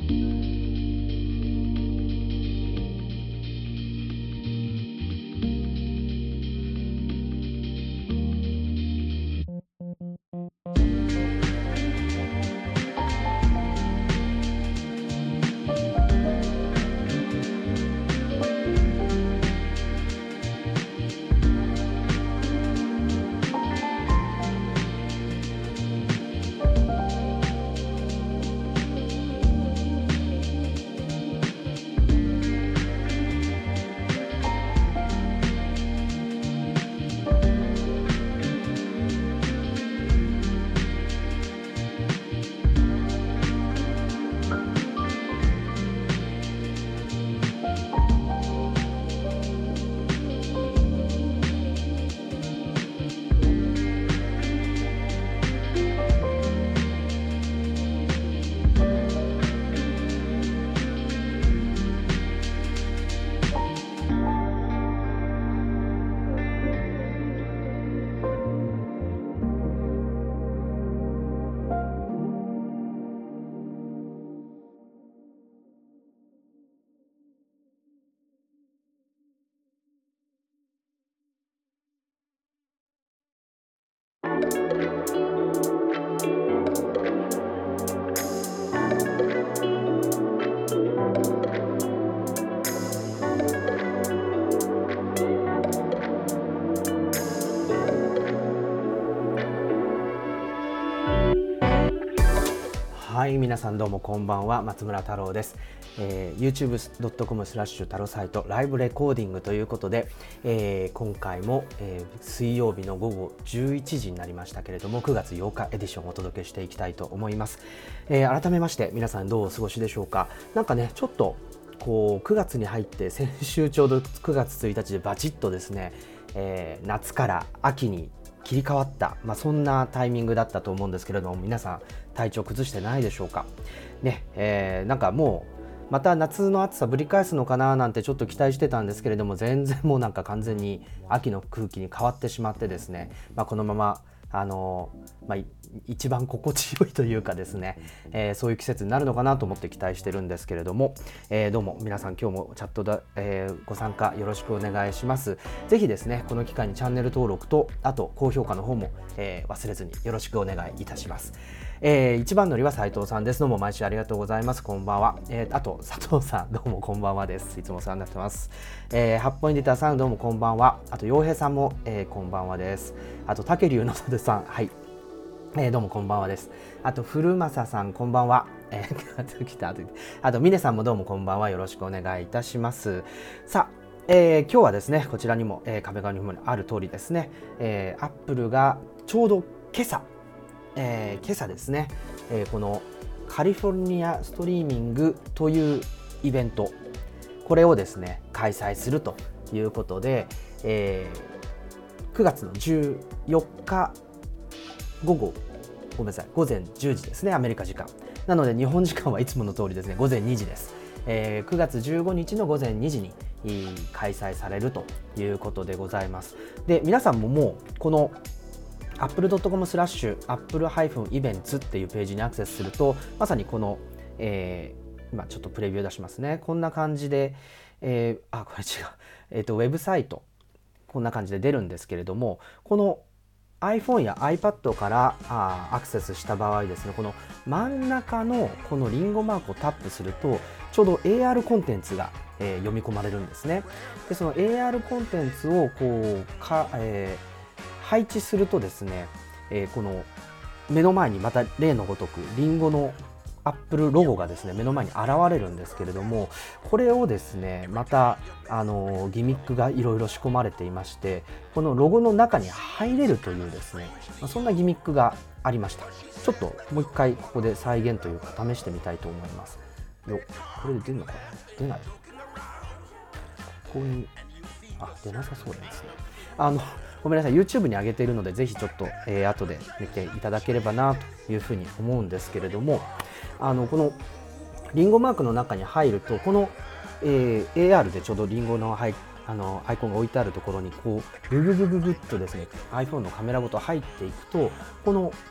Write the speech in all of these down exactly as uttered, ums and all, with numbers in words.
はい、皆さんどうもこんばんは、松村太郎です。えー、ユーチューブドットコム スラッシュ太郎サイトライブレコーディングということで、えー、今回も、えー、水曜日の午後じゅういちじになりましたけれども、くがつようかエディションをお届けしていきたいと思います。えー、改めまして皆さんどうお過ごしでしょうか。なんかね、ちょっとこうくがつに入って先週ちょうどくがつついたちでバチッとですね、えー、夏から秋に切り替わった、まあ、そんなタイミングだったと思うんですけれども、皆さん体調崩してないでしょうかね。えー、なんかもうまた夏の暑さぶり返すのかななんてちょっと期待してたんですけれども、全然もうなんか完全に秋の空気に変わってしまってですね、まあ、このままあのまあ、一番心地よいというかですね、えー、そういう季節になるのかなと思って期待してるんですけれども、えー、どうも皆さん今日もチャットだ、えー、ご参加よろしくお願いします。ぜひですねこの機会にチャンネル登録とあと高評価の方も、えー、忘れずによろしくお願いいたします。えー、一番乗りは斉藤さんです。どうも毎週ありがとうございます。こんばんは。えー、あと佐藤さんどうもこんばんはです。いつもお世話になってます。えー、八本エディターさんどうもこんばんは。あと陽平さんも、えー、こんばんはです。あと竹龍のささん、はい、えー、どうもこんばんはです。あと古正さんこんばんは。えー、来たあと峰さんもどうもこんばんは。よろしくお願いいたします。さあ、えー、今日はですねこちらにも、えー、壁側にもある通りですね、えー、アップルがちょうど今朝えー、今朝ですね、えー、このカリフォルニアストリーミングというイベント、これをですね開催するということで、えー、くがつのじゅうよっか午後ごめんなさい午前じゅうじですね、アメリカ時間なので日本時間はいつもの通りですね午前にじです。えー、くがつじゅうごにちの午前にじに開催されるということでございます。で皆さんももうこのアップルドットコム スラッシュアップルイベンツっていうページにアクセスすると、まさにこの、えー、今ちょっとプレビュー出しますね。こんな感じで、えー、あこれ違う、えーと、ウェブサイトこんな感じで出るんですけれども、この iPhone や iPad からあアクセスした場合ですね、この真ん中のこのリンゴマークをタップするとちょうど エーアール コンテンツが、えー、読み込まれるんですね。でその エーアール コンテンツをこうか、えー配置するとですね、えー、この目の前にまた例のごとくリンゴのアップルロゴがですね目の前に現れるんですけれども、これをですねまたあのギミックがいろいろ仕込まれていまして、このロゴの中に入れるというですね、そんなギミックがありました。ちょっともう一回ここで再現というか試してみたいと思います。よこれで出るのかな、出ない、ここにあ出なさそうですね。あのごめんなさい YouTube に上げているのでぜひちょっと、えー、後で見ていただければなというふうに思うんですけれども、あのこのリンゴマークの中に入るとこの、えー、エーアール でちょうどリンゴの入あのアイコンが置いてあるところにこうグググググッとですね iPhone のカメラごと入っていくと、この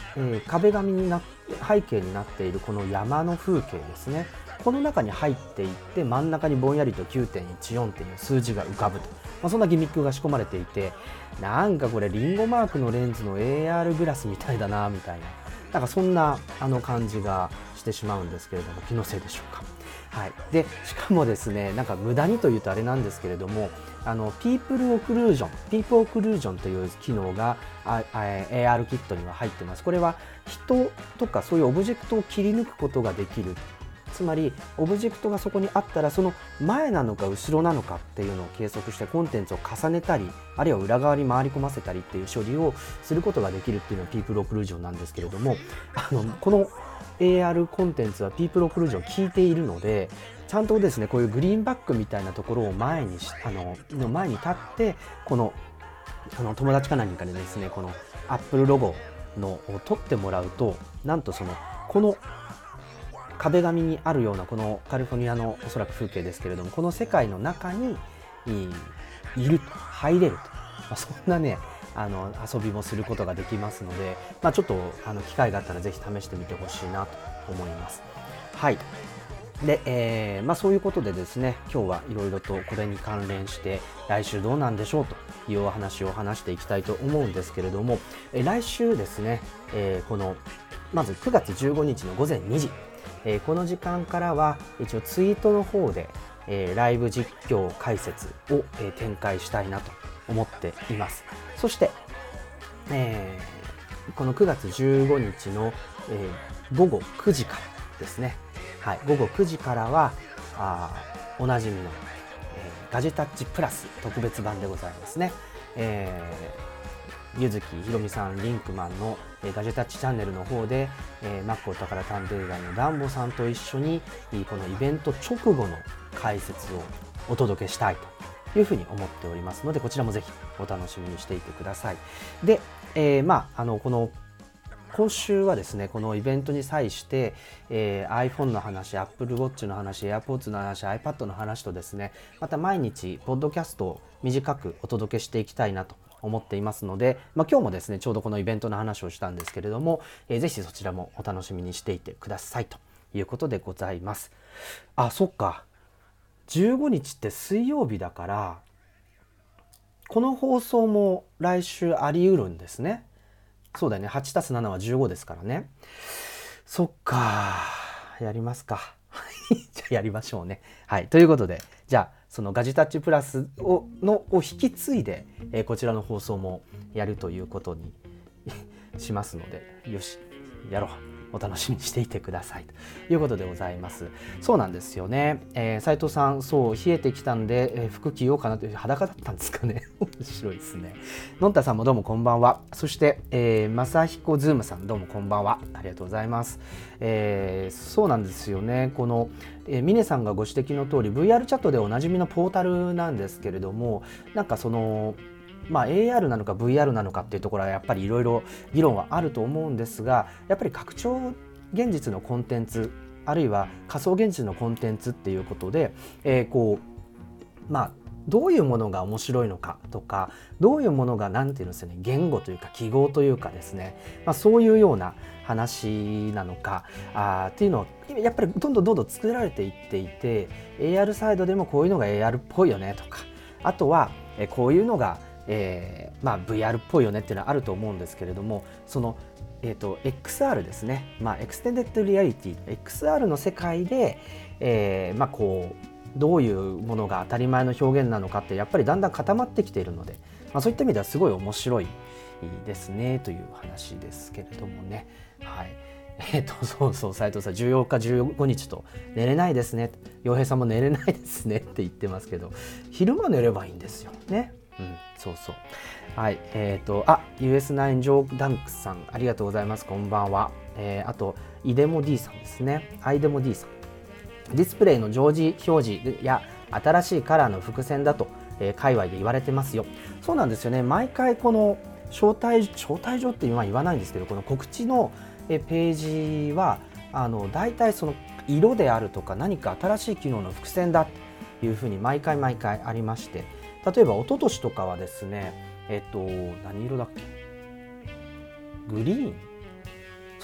えー、壁紙になって背景になっているこの山の風景ですね、この中に入っていって真ん中にぼんやりと きゅうてんいちよん っていう数字が浮かぶと、まあ、そんなギミックが仕込まれていて、なんかこれリンゴマークのレンズの エーアール グラスみたいだなみたいな、なんかそんなあの感じがしてしまうんですけれども、気のせいでしょうか。はい、でしかもですね、なんか無駄にというとあれなんですけれども、あのピープルオクルージョン、ピープオクルージョンという機能がああ エーアール キットには入っています。これは人とかそういうオブジェクトを切り抜くことができる。つまりオブジェクトがそこにあったら、その前なのか後ろなのかっていうのを計測してコンテンツを重ねたり、あるいは裏側に回り込ませたりっていう処理をすることができるっていうのがピープルオクルージョンなんですけれども、あのこの エーアール コンテンツはピープルオクルージョン効いているので、ちゃんとですね、こういうグリーンバックみたいなところを前にしあのの前に立って、このあの友達か何かでですね、このアップルロゴのを取ってもらうと、なんとそのこの壁紙にあるようなこのカリフォルニアのおそらく風景ですけれども、この世界の中にいると、入れると、まあ、そんなねあの遊びもすることができますので、まあ、ちょっとあの機会があったらぜひ試してみてほしいなと思います。はい。で、えーまあ、そういうことでですね、今日はいろいろとこれに関連して来週どうなんでしょうというお話を話していきたいと思うんですけれども、え来週ですね、えー、このまずくがつじゅうごにちのごぜんにじ、えー、この時間からは一応ツイートの方で、えー、ライブ実況解説を、えー、展開したいなと思っています。そして、えー、このくがつじゅうごにちの、えー、ごごくじからですね、はい、ごごくじからはあおなじみの、えー、ガジェタッチプラス特別版でございますね。えー、ゆずきひろみさん、リンクマンの、えー、ガジェタッチチャンネルの方で、えー、マックお宝探偵団のダンボさんと一緒にこのイベント直後の解説をお届けしたいというふうに思っておりますので、こちらもぜひお楽しみにしていてください。で、えー、まああのこの今週はですね、このイベントに際して、えー、iPhone の話、Apple Watch の話、AirPods の話、iPad の話とですね、また毎日ポッドキャストを短くお届けしていきたいなと思っていますので、まあ、今日もですねちょうどこのイベントの話をしたんですけれども、えー、ぜひそちらもお楽しみにしていてくださいということでございます。あ、そっか、じゅうごにちって水曜日だから、この放送も来週あり得るんですね。そうだよね、はちたすななはじゅうごですからね。そっか、やりますか。じゃあやりましょうね。はい、ということで、じゃあそのガジタッチプラスをのを引き継いで、えー、こちらの放送もやるということにしますので、よし、やろう。お楽しみにしていてくださいということでございます。そうなんですよね。えー、斉藤さん、そう冷えてきたんで、えー、服着ようかなという、裸だったんですかね。面白いですね。のんたさんもどうもこんばんは。そして、えー、まさひこズームさんどうもこんばんは。ありがとうございます。えー、そうなんですよね。この、えー、峰さんがご指摘の通り ブイアール チャットでおなじみのポータルなんですけれども、なんかそのまあ、エーアール なのか ブイアール なのかっていうところはやっぱりいろいろ議論はあると思うんですが、やっぱり拡張現実のコンテンツ、あるいは仮想現実のコンテンツっていうことで、えー、こうまあどういうものが面白いのかとか、どういうものがなんていうんですかね、言語というか記号というかですね、まあ、そういうような話なのかあっていうのはやっぱりどんどんどんどん作られていっていて、 エーアール サイドでもこういうのが エーアール っぽいよねとか、あとはこういうのがえーまあ、ブイアール っぽいよねっていうのはあると思うんですけれども、その、えーと、エックスアール ですね、まあ、エクステンデッドリアリティ エックスアール の世界で、えーまあ、こうどういうものが当たり前の表現なのかってやっぱりだんだん固まってきているので、まあ、そういった意味ではすごい面白いですねという話ですけれどもね。はい、えっとそうそう、斉藤さんじゅうよっかじゅうごにちと寝れないですね、洋平さんも寝れないですねって言ってますけど、昼間寝ればいいんですよね。うん、そうそう。はい、えっと、あ、ユーエスナイン ジョーダンクさん、ありがとうございます。こんばんは。えー、あと、イデモ D さんですね。アイデモ D さん。ディスプレイの常時表示や新しいカラーの伏線だと、えー、界隈で言われてますよ。そうなんですよね。毎回この招待、招待状って今言わないんですけど、この告知のページは、あの、大体その色であるとか何か新しい機能の伏線だというふうに毎回毎回ありまして、例えば一昨年とかはですね、えっと何色だっけ、グリーン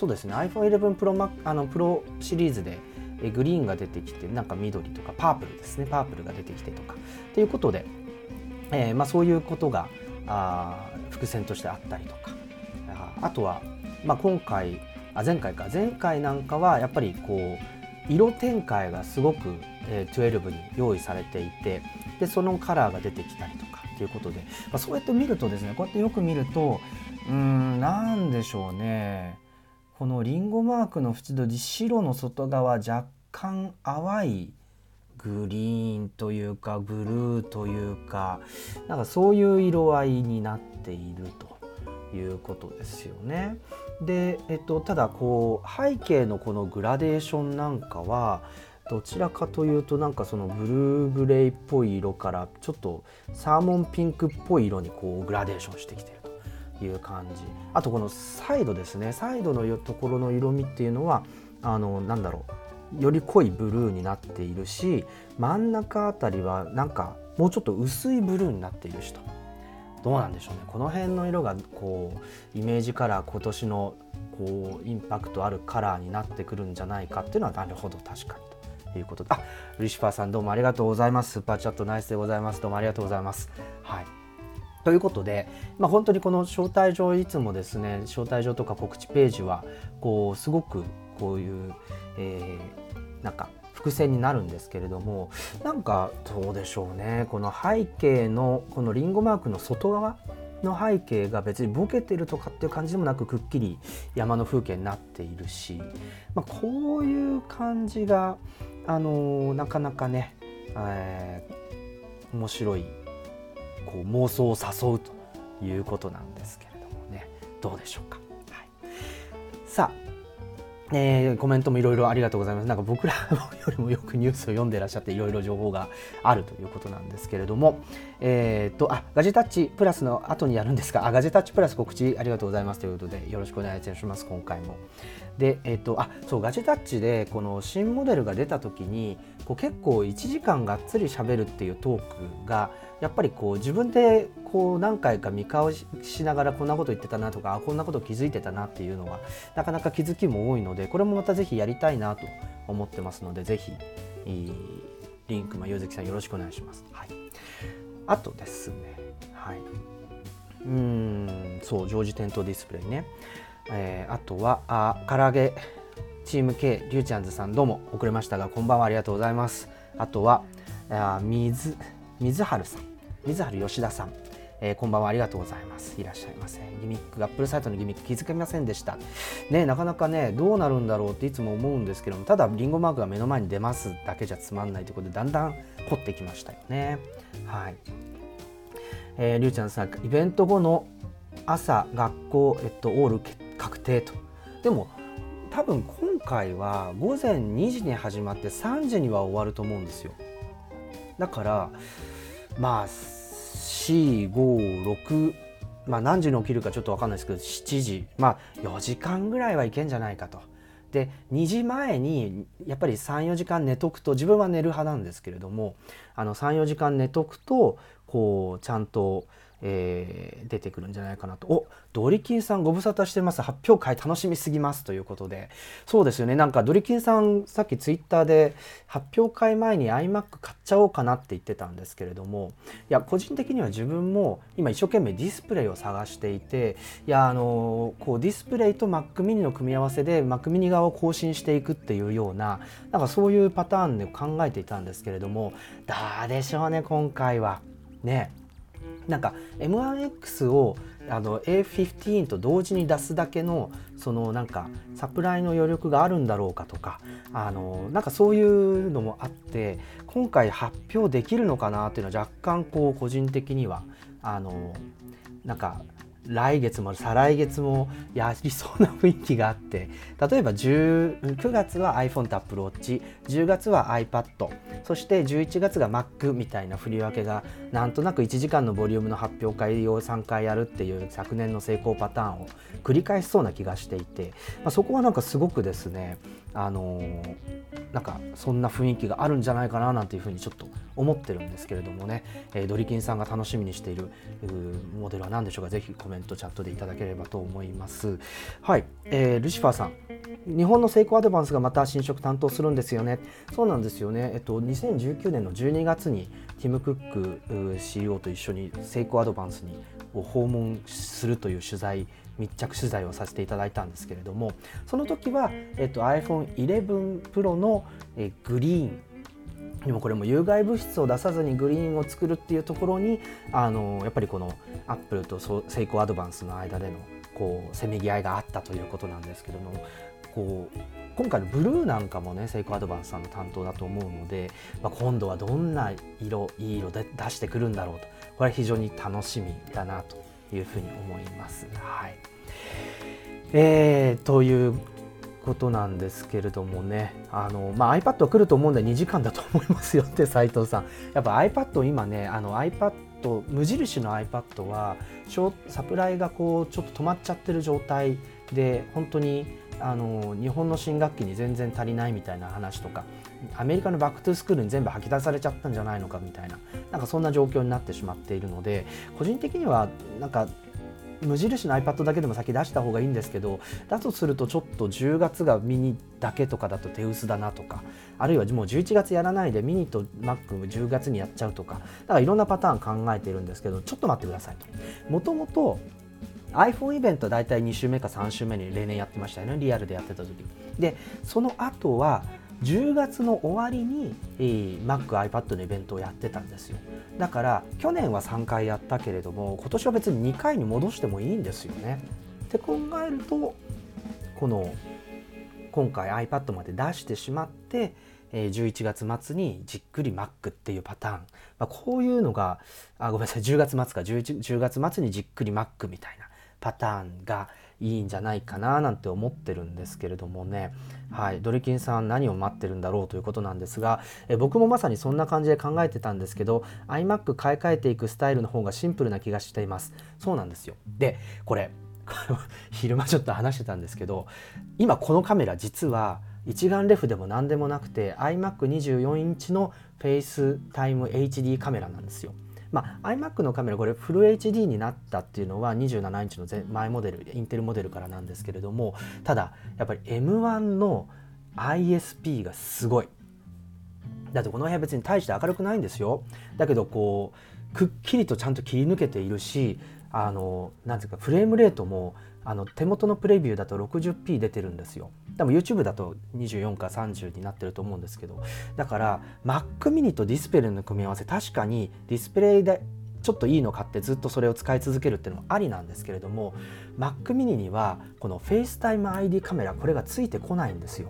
そうですね iPhone イレブン Pro, あの Pro シリーズでえグリーンが出てきて、なんか緑とかパープルですね、パープルが出てきてとかということで、えーまあ、そういうことがあ伏線としてあったりとか、あ, あとは、まあ、今回あ前回か前回なんかはやっぱりこう色展開がすごく、えー、じゅうにに用意されていて、でそのカラーが出てきたりとかということで、まあ、そうやって見るとですね、こうやってよく見るとうーんなんでしょうね、このリンゴマークの縁取り、白の外側若干淡いグリーンというかブルーというか、なんかそういう色合いになっているということですよね。で、えっと、ただこう背景のこのグラデーションなんかはどちらかというとなんかそのブルーグレイっぽい色からちょっとサーモンピンクっぽい色にこうグラデーションしてきているという感じ。あとこのサイドですね、サイドのところの色味っていうのはあのなんだろう、より濃いブルーになっているし、真ん中あたりはなんかもうちょっと薄いブルーになっているしと、どうなんでしょうね、この辺の色がこうイメージカラー、今年のこうインパクトあるカラーになってくるんじゃないかっていうのはなるほど確かにということで、あ、ルシファーさんどうもありがとうございます。スーパーチャットナイスでございます。どうもありがとうございます。はい。ということで、まあ、本当にこの招待状いつもですね、招待状とか告知ページはこうすごくこういう、えー、なんか伏線になるんですけれども、なんかどうでしょうね、この背景のこのリンゴマークの外側の背景が別にボケてるとかっていう感じでもなく、くっきり山の風景になっているし、まあ、こういう感じがあのー、なかなかね、えー、面白いこう妄想を誘うということなんですけれどもね、どうでしょうか。はい、さあ、えー、コメントもいろいろありがとうございます。なんか僕らよりもよくニュースを読んでいらっしゃっていろいろ情報があるということなんですけれども、えー、とあガジェタッチプラスの後にやるんですか。あガジェタッチプラス告知ありがとうございますということでよろしくお願いします。今回もで、えー、とあそうガジェタッチでこの新モデルが出た時にこう結構いちじかんがっつり喋るっていうトークがやっぱりこう自分でこう何回か見返しながらこんなこと言ってたなとか、こんなこと気づいてたなっていうのはなかなか気づきも多いので、これもまたぜひやりたいなと思ってますので、ぜひリンクまゆうぜきさんよろしくお願いします。はい、あとですね、はい、うーんそう常時点灯ディスプレイね、えー、あとはあ唐揚げチーム K リュウちゃんずさんどうも遅れましたがこんばんは、ありがとうございます。あとはあ水水春さん、水春吉田さん、えー、こんばんは、ありがとうございます。いらっしゃいませ。ギミックアップルサイトのギミック気づけませんでしたね。なかなかねどうなるんだろうっていつも思うんですけども、ただリンゴマークが目の前に出ますだけじゃつまんないということでだんだん凝ってきましたよね。はい、えー、りゅうちゃんさんイベント後の朝学校、えっと、オール確定と。でも多分今回は午前にじに始まってさんじには終わると思うんですよ。だからまあよん、ご、ろく、まあ何時に起きるかちょっと分かんないですけどしちじ、まあよじかんぐらいはいけんじゃないかと。でにじまえにやっぱりさん、よじかん寝とくと、自分は寝る派なんですけれども、あのさん、よじかん寝とくとこうちゃんと、えー、出てくるんじゃないかなと。おドリキンさんご無沙汰してます、発表会楽しみすぎますということで、そうですよね、なんかドリキンさんさっきツイッターで発表会前に iMac 買っちゃおうかなって言ってたんですけれども、いや個人的には自分も今一生懸命ディスプレイを探していて、いやあのこうディスプレイと Mac mini の組み合わせで Mac mini 側を更新していくっていうような、なんかそういうパターンで考えていたんですけれども、どうでしょうね今回はね。なんか エムワンエックス をあの エーフィフティーン と同時に出すだけのそのなんかサプライの余力があるんだろうかとか、あのなんかそういうのもあって今回発表できるのかなっていうのは若干こう個人的にはあのなんか来月も再来月もやりそうな雰囲気があって、例えばじゅうくがつは iPhone と Apple Watch、じゅうがつは iPad、そしてじゅういちがつが Mac みたいな振り分けがなんとなくいちじかんのボリュームの発表会をさんかいやるっていう昨年の成功パターンを繰り返しそうな気がしていて、まあ、そこはなんかすごくですね、あのー、なんかそんな雰囲気があるんじゃないかななんていうふうにちょっと思ってるんですけれどもね、えー、ドリキンさんが楽しみにしているモデルは何でしょうか。ぜひコメントチャットでいただければと思います。はい、えー、ルシファーさん、日本のセイコーアドバンスがまた新色担当するんですよね。そうなんですよね、えっと、にせんじゅうきゅうねんのじゅうにがつにティム・クック シーイーオー と一緒にセイコーアドバンスにを訪問するという取材密着取材をさせていただいたんですけれども、その時は、えっと、アイフォンイレブンプロ のえグリーンでもこれも有害物質を出さずにグリーンを作るっていうところにあのやっぱりこのアップルとセイコーアドバンスの間でのこうせめぎ合いがあったということなんですけども、こう今回のブルーなんかもねセイコーアドバンスさんの担当だと思うので、まあ、今度はどんな色いい色で出してくるんだろうと、これは非常に楽しみだなというふうに思います。はい、えー、ということなんですけれどもね、あの、まあ、iPad 来ると思うんでにじかんだと思いますよって斉藤さん。やっぱ iPad 今ね、あの iPad 無印の iPad はサプライがこうちょっと止まっちゃってる状態で、本当にあの日本の新学期に全然足りないみたいな話とか、アメリカのバックトゥースクールに全部吐き出されちゃったんじゃないのかみたいな、なんかそんな状況になってしまっているので、個人的にはなんか無印の iPad だけでも先出した方がいいんですけど、だとするとちょっとじゅうがつがミニだけとかだと手薄だなとか、あるいはもうじゅういちがつやらないでミニと Mac じゅうがつにやっちゃうとか、だからいろんなパターン考えているんですけど、ちょっと待ってくださいと。もともと iPhone イベントはだいたいに週目かさん週目に例年やってましたよね、リアルでやってた時で。その後はじゅうがつの終わりに、えー、Mac、iPad のイベントをやってたんですよ。だから去年はさんかいやったけれども、今年は別ににかいに戻してもいいんですよね。って考えると、この今回 iPad まで出してしまって、えー、じゅういちがつ末にじっくり Mac っていうパターン、まあ、こういうのがあごめんなさいじゅうがつ末かじゅうがつ末にじっくり Mac みたいなパターンがいいんじゃないかななんて思ってるんですけれどもね。はい、ドリキンさん何を待ってるんだろうということなんですが、え僕もまさにそんな感じで考えてたんですけど、 iMac 買い替えていくスタイルの方がシンプルな気がしています。そうなんですよ。でこれ昼間ちょっと話してたんですけど、今このカメラ実は一眼レフでも何でもなくて アイマックにじゅうよん インチのフェイスタイム エイチディー カメラなんですよ。まあ、iMac のカメラこれフル エイチディー になったっていうのはにじゅうななインチの前モデルインテルモデルからなんですけれども、ただやっぱり エムワン の アイエスピー がすごい。だってこの部屋別に大して明るくないんですよ。だけどこうくっきりとちゃんと切り抜けているし、あのなんていうかフレームレートもあの手元のプレビューだと ろくじゅっピー 出てるんですよ。でも YouTube だとにじゅうよんかさんじゅうになってると思うんですけど、だから Mac mini とディスプレイの組み合わせ、確かにディスプレイでちょっといいの買ってずっとそれを使い続けるっていうのもありなんですけれども、 Mac mini にはこの FaceTime アイディー カメラこれがついてこないんですよ。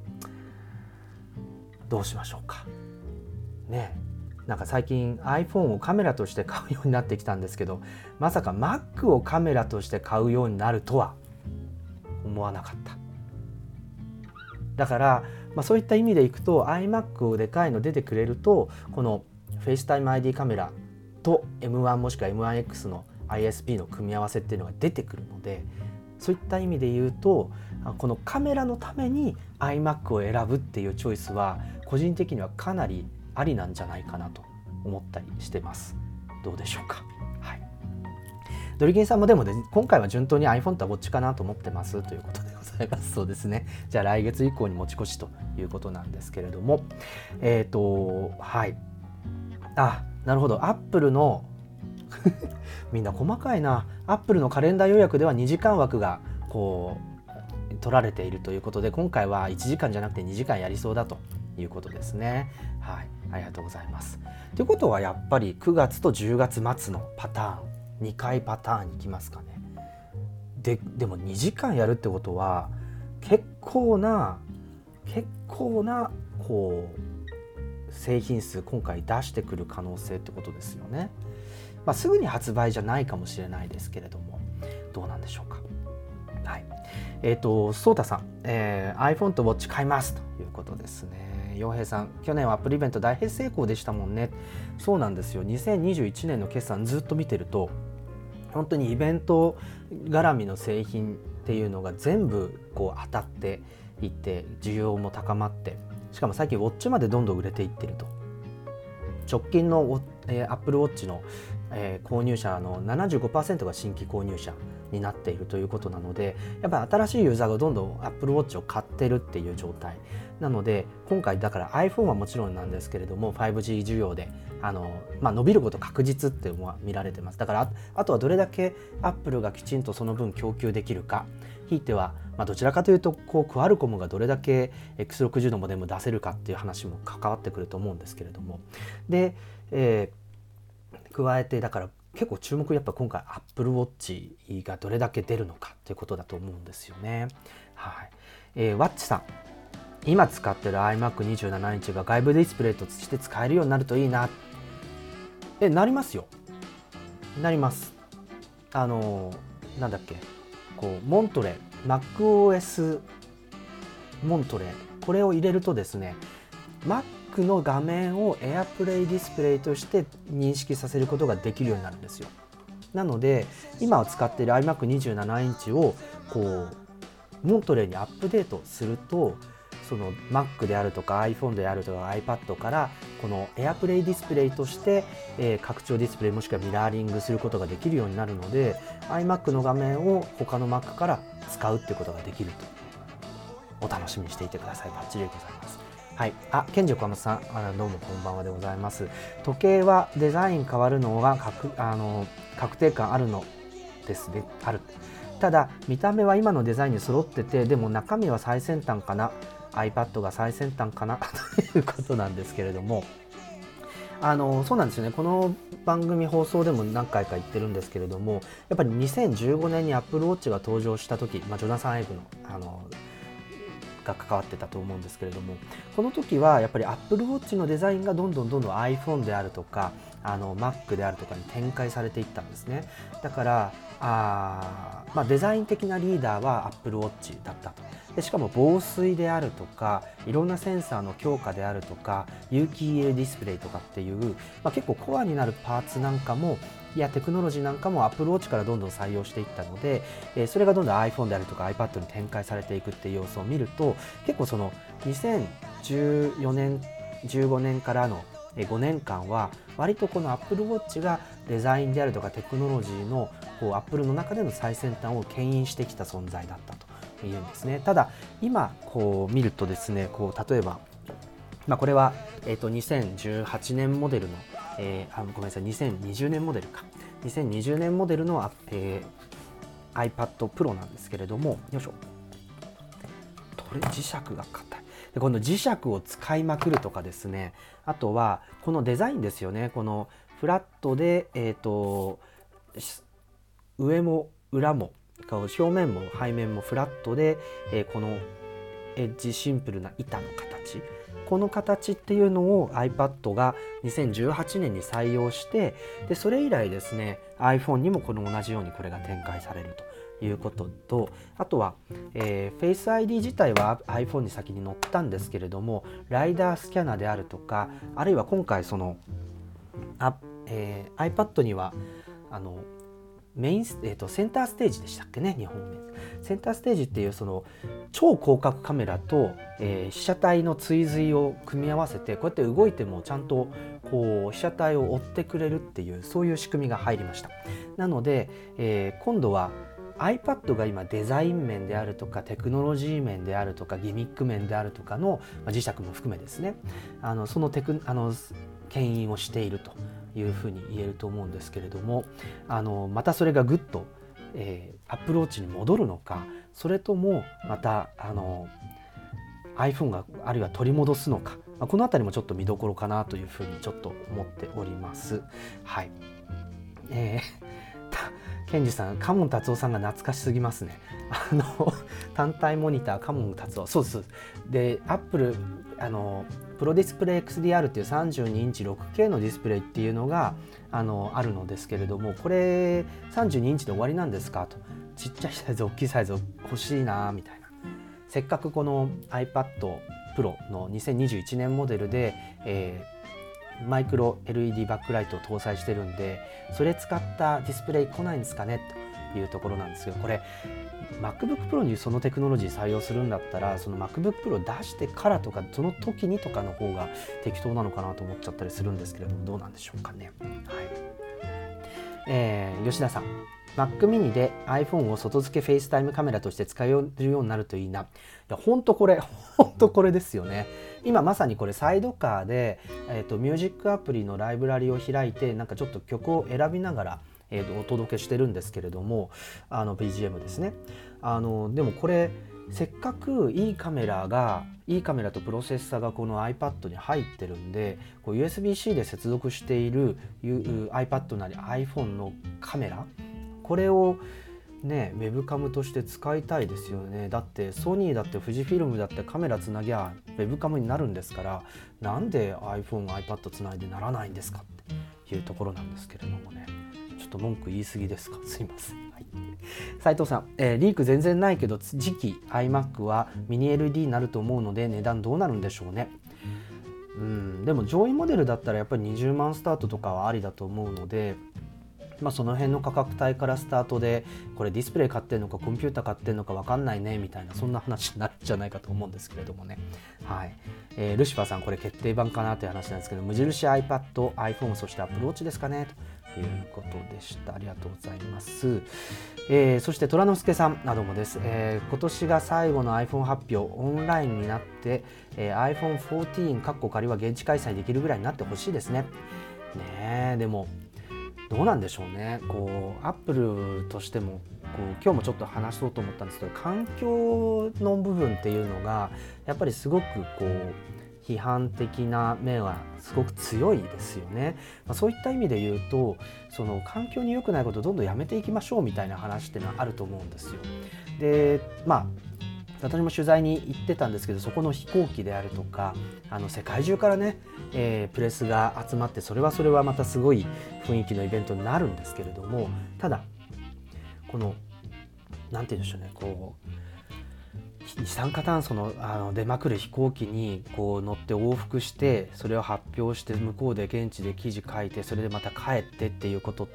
どうしましょうかね。なんか最近 iPhone をカメラとして買うようになってきたんですけど、まさか Mac をカメラとして買うようになるとは思わなかった。だから、まあ、そういった意味でいくと iMac をでかいの出てくれると、この FaceTime アイディー カメラと エムワン もしくは エムワンエックス の アイエスピー の組み合わせっていうのが出てくるので、そういった意味で言うとこのカメラのために iMac を選ぶっていうチョイスは個人的にはかなりありなんじゃないかなと思ったりしてます。どうでしょうか。はい、ドリキンさんもでも、ね、今回は順当に iPhone とはウォッチかなと思ってますということでございます。そうですね。じゃあ来月以降に持ち越しということなんですけれども、えっとはいあなるほど、アップルのみんな細かいな。アップルのカレンダー予約ではにじかん枠がこう取られているということで、今回はいちじかんじゃなくてにじかんやりそうだということですね。はい、ありがとうございます。ということはやっぱりくがつとじゅうがつ末のパターンにかいパターンにきますかね。ででもにじかんやるってことは結構な結構なこう製品数今回出してくる可能性ってことですよね。まあ、すぐに発売じゃないかもしれないですけれども、どうなんでしょうか。はい、えっ、ー、とソータさん、えー、iPhone と Watch 買いますということですね。洋平さん、去年はアップルイベント大成功でしたもんね。そうなんですよ。にせんにじゅういちねんの決算ずっと見てると、本当にイベント絡みの製品っていうのが全部こう当たっていって、需要も高まって、しかも最近ウォッチまでどんどん売れていってると直近の、えー、Apple Watch の、えー、購入者の ななじゅうごパーセント が新規購入者になっているということなので、やっぱり新しいユーザーがどんどん Apple Watch を買ってるっていう状態なので、今回だから iPhone はもちろんなんですけれども ファイブジー 需要であの、まあ、伸びること確実っていうのは見られてます。だから あ, あとはどれだけ Apple がきちんとその分供給できるか、ひいては、まあ、どちらかというとこうクアルコムがどれだけ エックスろくじゅう のモデルも出せるかっていう話も関わってくると思うんですけれども、で、えー、加えてだから結構注目やっぱ今回 Apple Watch がどれだけ出るのかということだと思うんですよね。はい。えー、ワッチさん、今使ってる アイマックにじゅうなな インチが外部ディスプレイとして使えるようになるといいな。え、なりますよ。なります。あのー、なんだっけ、こうモントレ MacOS モントレこれを入れるとですね、Mac の画面を AirPlay ディスプレイとして認識させることができるようになるんですよ。なので今使っている アイマックにじゅうなな インチをこうモントレーにアップデートすると、その Mac であるとか iPhone であるとか iPad からこの AirPlay ディスプレイとして、えー、拡張ディスプレイもしくはミラーリングすることができるようになるので、 iMac の画面を他の Mac から使うってことができると、お楽しみにしていてください。バッチリでございます。はい、あ、ケンジ岡本さん、あ、どうもこんばんはでございます。時計はデザイン変わるのが確あの確定感あるのですね。ある。ただ見た目は今のデザインに揃ってて、でも中身は最先端かな、 iPad が最先端かなということなんですけれども、あのそうなんですよね。この番組放送でも何回か言ってるんですけれども、やっぱりにせんじゅうごねんに Apple Watch が登場した時、まあ、ジョナサン・アイブのあのが関わってたと思うんですけれども、この時はやっぱり Apple Watch のデザインがどんどんどんどん iPhone であるとかあの Mac であるとかに展開されていったんですね。だからあ、まあ、デザイン的なリーダーは Apple Watch だったと。でしかも防水であるとかいろんなセンサーの強化であるとか有機 イーエル ディスプレイとかっていう、まあ、結構コアになるパーツなんかもいやテクノロジーなんかも Apple Watch からどんどん採用していったので、えー、それがどんどん iPhone であるとか iPad に展開されていくっていう様子を見ると、結構そのにせんじゅうよねんじゅうごねんからのごねんかんは割とこの Apple Watch がデザインであるとかテクノロジーのこう Apple の中での最先端を牽引してきた存在だったというんですね。ただ今こう見るとですね、こう例えば、まあ、これは、えー、とにせんじゅうはちねんモデルの、えー、あごめんなさいにせんにじゅうねんモデルかにせんにじゅうねんモデルの、えー、iPad Pro なんですけれども、よいしょ、これ磁石が硬い。でこの磁石を使いまくるとかですね、あとはこのデザインですよね。このフラットで、えー、と上も裏も表面も背面もフラットで、えー、このエッジシンプルな板の形、この形っていうのを iPad がにせんじゅうはちねんに採用して、でそれ以来ですね iPhone にもこの同じようにこれが展開されるということと、あとは、えー、Face アイディー 自体は iPhone に先に載ったんですけれども、ライダースキャナーであるとか、あるいは今回そのあ、えー、iPad にはあのメイン、えー、とセンターステージでしたっけね、日本名センターステージっていうその超広角カメラと、えー、被写体の追随を組み合わせて、こうやって動いてもちゃんとこう被写体を追ってくれるっていう、そういう仕組みが入りました。なので、えー、今度は iPad が今デザイン面であるとかテクノロジー面であるとかギミック面であるとかの、まあ、磁石も含めですね、あのそのテクあの牽引をしているというふうに言えると思うんですけれども、あのまたそれがぐっと、えー、Apple Watch に戻るのか、それともまたあの iPhone があるいは取り戻すのか、まあ、このあたりもちょっと見どころかなというふうにちょっと思っております。はい、えーケンジさん、カモン達夫さんが懐かしすぎますね。あの単体モニターカモン達夫、そうです。で、アップルあのプロディスプレイ エックスディーアール っていうさんじゅうにインチ ろくケー のディスプレイっていうのがあのあるのですけれども、これさんじゅうにインチで終わりなんですかと、ちっちゃいサイズ大きいサイズ欲しいなみたいな。せっかくこの iPad Pro のにせんにじゅういちねんモデルで、えーマイクロ エルイーディー バックライトを搭載してるんで、それ使ったディスプレイ来ないんですかねと。 いうところなんですけど、これ MacBook Pro にそのテクノロジー採用するんだったら、その MacBook Pro 出してからとかその時にとかの方が適当なのかなと思っちゃったりするんですけれども、どうなんでしょうかね。はい。えー、吉田さん、Mac mini で iPhone を外付け FaceTime カメラとして使えるようになるといいな。いや本当これ本当これですよね。今まさにこれサイドカーで、えーと、ミュージックアプリのライブラリを開いて、なんかちょっと曲を選びながら、えーと、お届けしてるんですけれども、あの ビージーエム ですね。あのでもこれせっかくいいカメラがいいカメラとプロセッサーがこの iPad に入ってるんで、こう ユーエスビー-C で接続している iPad なり iPhone のカメラ、これをね、ウェブカムとして使いたいですよね。だってソニーだって富士フィルムだってカメラつなぎゃウェブカムになるんですから、なんで iPhone、iPad つないでならないんですかっていうところなんですけれどもね。ちょっと文句言い過ぎですか、すいません。はい、斉藤さん、えー、リーク全然ないけど次期 iMac はミニ エルイーディー になると思うので値段どうなるんでしょうね。うん、でも上位モデルだったらやっぱりにじゅうまんスタートとかはありだと思うので、まあ、その辺の価格帯からスタートで、これディスプレイ買ってんのかコンピューター買ってんのか分かんないねみたいな、そんな話になるんじゃないかと思うんですけれどもね。はい、えー、ルシファーさん、これ決定版かなという話なんですけど、無印 iPad、iPhone、そして Apple Watch ですかねということでした。ありがとうございます。えー、そして虎之助さんなどもです、えー、今年が最後の iPhone 発表、オンラインになって、えー、アイフォンフォーティーン かっこ仮は現地開催できるぐらいになってほしいですね。ねえ、でもどうなんでしょうね。こうアップルとしてもこう今日もちょっと話そうと思ったんですけど、環境の部分っていうのがやっぱりすごくこう批判的な面はすごく強いですよね。まあ、そういった意味で言うと、その環境に良くないことをどんどんやめていきましょうみたいな話っていうのはあると思うんですよ。で、まあ私も取材に行ってたんですけど、そこの飛行機であるとか、あの世界中からね、えー、プレスが集まって、それはそれはまたすごい雰囲気のイベントになるんですけれども、ただこのなんて言うんでしょうね、こう二酸化炭素の、あの出まくる飛行機にこう乗って往復して、それを発表して向こうで現地で記事書いて、それでまた帰ってっていうことって、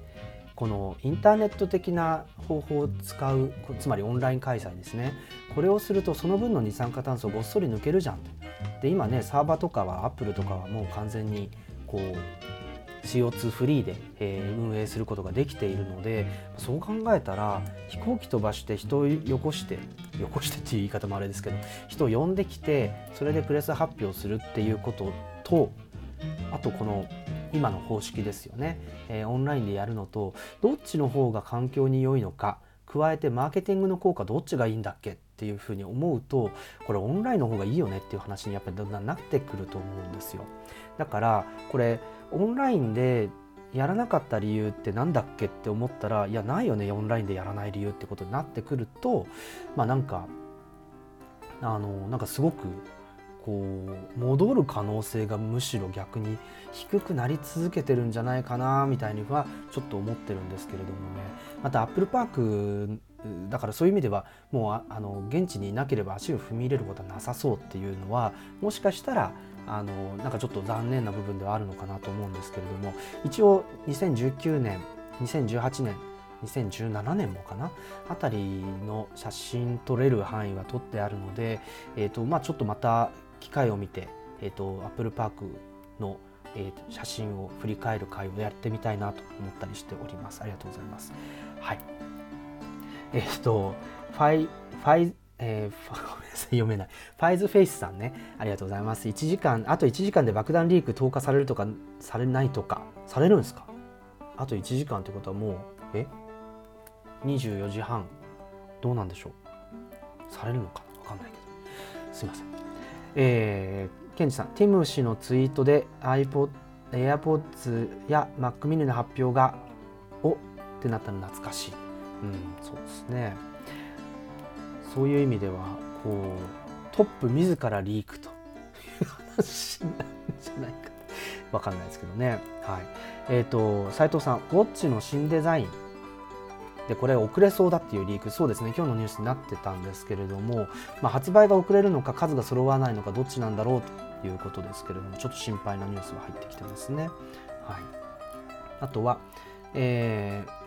このインターネット的な方法を使う、つまりオンライン開催ですね、これをするとその分の二酸化炭素をごっそり抜けるじゃん。で今ね、サーバーとかはアップルとかはもう完全にこう シーオーツー フリーで、えー、運営することができているので、そう考えたら飛行機飛ばして人をよこしてよこしてっていう言い方もあれですけど、人を呼んできてそれでプレス発表するっていうことと、あとこの今の方式ですよね、えー、オンラインでやるのと、どっちの方が環境に良いのか、加えてマーケティングの効果どっちがいいんだっけっていうふうに思うと、これオンラインの方がいいよねっていう話にやっぱりだんだんなってくると思うんですよ。だからこれオンラインでやらなかった理由ってなんだっけって思ったら、いやないよね、オンラインでやらない理由ってことになってくると、まあなんかあのなんかすごくこう戻る可能性がむしろ逆に低くなり続けてるんじゃないかなみたいにはちょっと思ってるんですけれどもね。またアップルパークだからそういう意味ではもう あ, あの現地にいなければ足を踏み入れることはなさそうっていうのは、もしかしたらあのなんかちょっと残念な部分ではあるのかなと思うんですけれども、一応にせんじゅうきゅうねんにせんじゅうはちねんにせんじゅうななねんもかなあたりの写真撮れる範囲は撮ってあるので、えーとまあ、ちょっとまた機会を見て、えーと、アップルパークの、えーと、写真を振り返る会をやってみたいなと思ったりしております。ありがとうございます。はい。えっ、ー、と、ファイ、ファイ、えー、ごめんなさい、読めない。ファイズフェイスさんね、ありがとうございます。いちじかん、あといちじかんで爆弾リーク投下されるとか、されないとか、されるんですか？あといちじかんってことはもう、えにじゅうよじはん、どうなんでしょう。されるのかな、わかんないけど。すいません。えー、ケンジさん、ティム氏のツイートで iPod、AirPods や Mac mini の発表がおってなったの懐かしい。うん、そうですね。そういう意味ではこうトップ自らリークという話なんじゃないかわかんないですけどね。はい。えっと斉藤さん、ウォッチの新デザインでこれ遅れそうだっていうリーク、そうですね、今日のニュースになってたんですけれども、まあ、発売が遅れるのか数が揃わないのかどっちなんだろうということですけれども、ちょっと心配なニュースが入ってきてますね。はい、あとは、えー